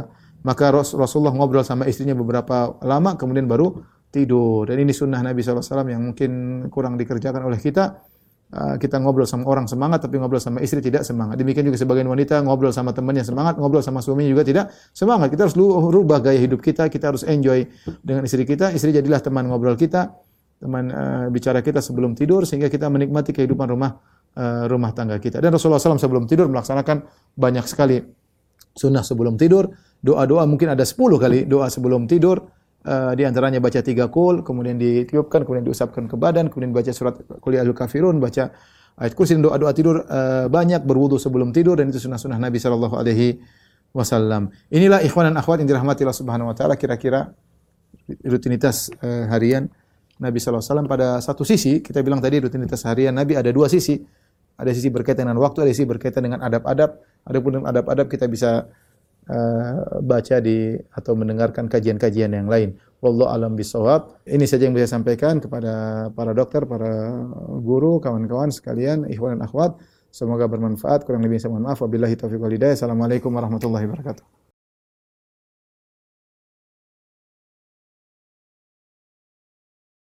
Maka Ras- Rasulullah ngobrol sama istrinya beberapa lama, kemudian baru tidur. Dan ini sunnah Nabi shallallahu alaihi wasallam yang mungkin kurang dikerjakan oleh kita. Uh, kita ngobrol sama orang semangat, tapi ngobrol sama istri tidak semangat. Demikian juga sebagian wanita ngobrol sama temannya semangat, ngobrol sama suaminya juga tidak semangat. Kita harus rubah gaya hidup kita, kita harus enjoy dengan istri kita. Istri jadilah teman ngobrol kita, teman uh, bicara kita sebelum tidur, sehingga kita menikmati kehidupan rumah uh, rumah tangga kita. Dan Rasulullah shallallahu alaihi wasallam sebelum tidur melaksanakan banyak sekali sunnah sebelum tidur. Doa-doa mungkin ada sepuluh kali doa sebelum tidur. Uh, di antaranya baca tiga qul, kemudian ditiupkan, kemudian diusapkan ke badan, kemudian baca surat Qul ya ayyuhal kafirun, baca ayat kursi, dan doa-doa tidur uh, banyak, berwudu sebelum tidur, dan itu sunnah-sunnah Nabi sallallahu alaihi wasallam. Inilah ikhwan dan akhwat yang dirahmati Allah Subhanahu wa taala, kira-kira rutinitas uh, harian Nabi sallallahu alaihi wasallam. Pada satu sisi, kita bilang tadi rutinitas harian Nabi ada dua sisi. Ada sisi berkaitan dengan waktu, ada sisi berkaitan dengan adab-adab. Adapun adab-adab kita bisa Uh, baca di atau mendengarkan kajian-kajian yang lain. Wallahu alam bisawab. Ini saja yang bisa saya sampaikan kepada para dokter, para guru, kawan-kawan sekalian, ikhwan dan akhwat. Semoga bermanfaat. Kurang lebih saya mohon maaf. Wabillahi taufiq wal hidayah. Assalamualaikum warahmatullahi wabarakatuh.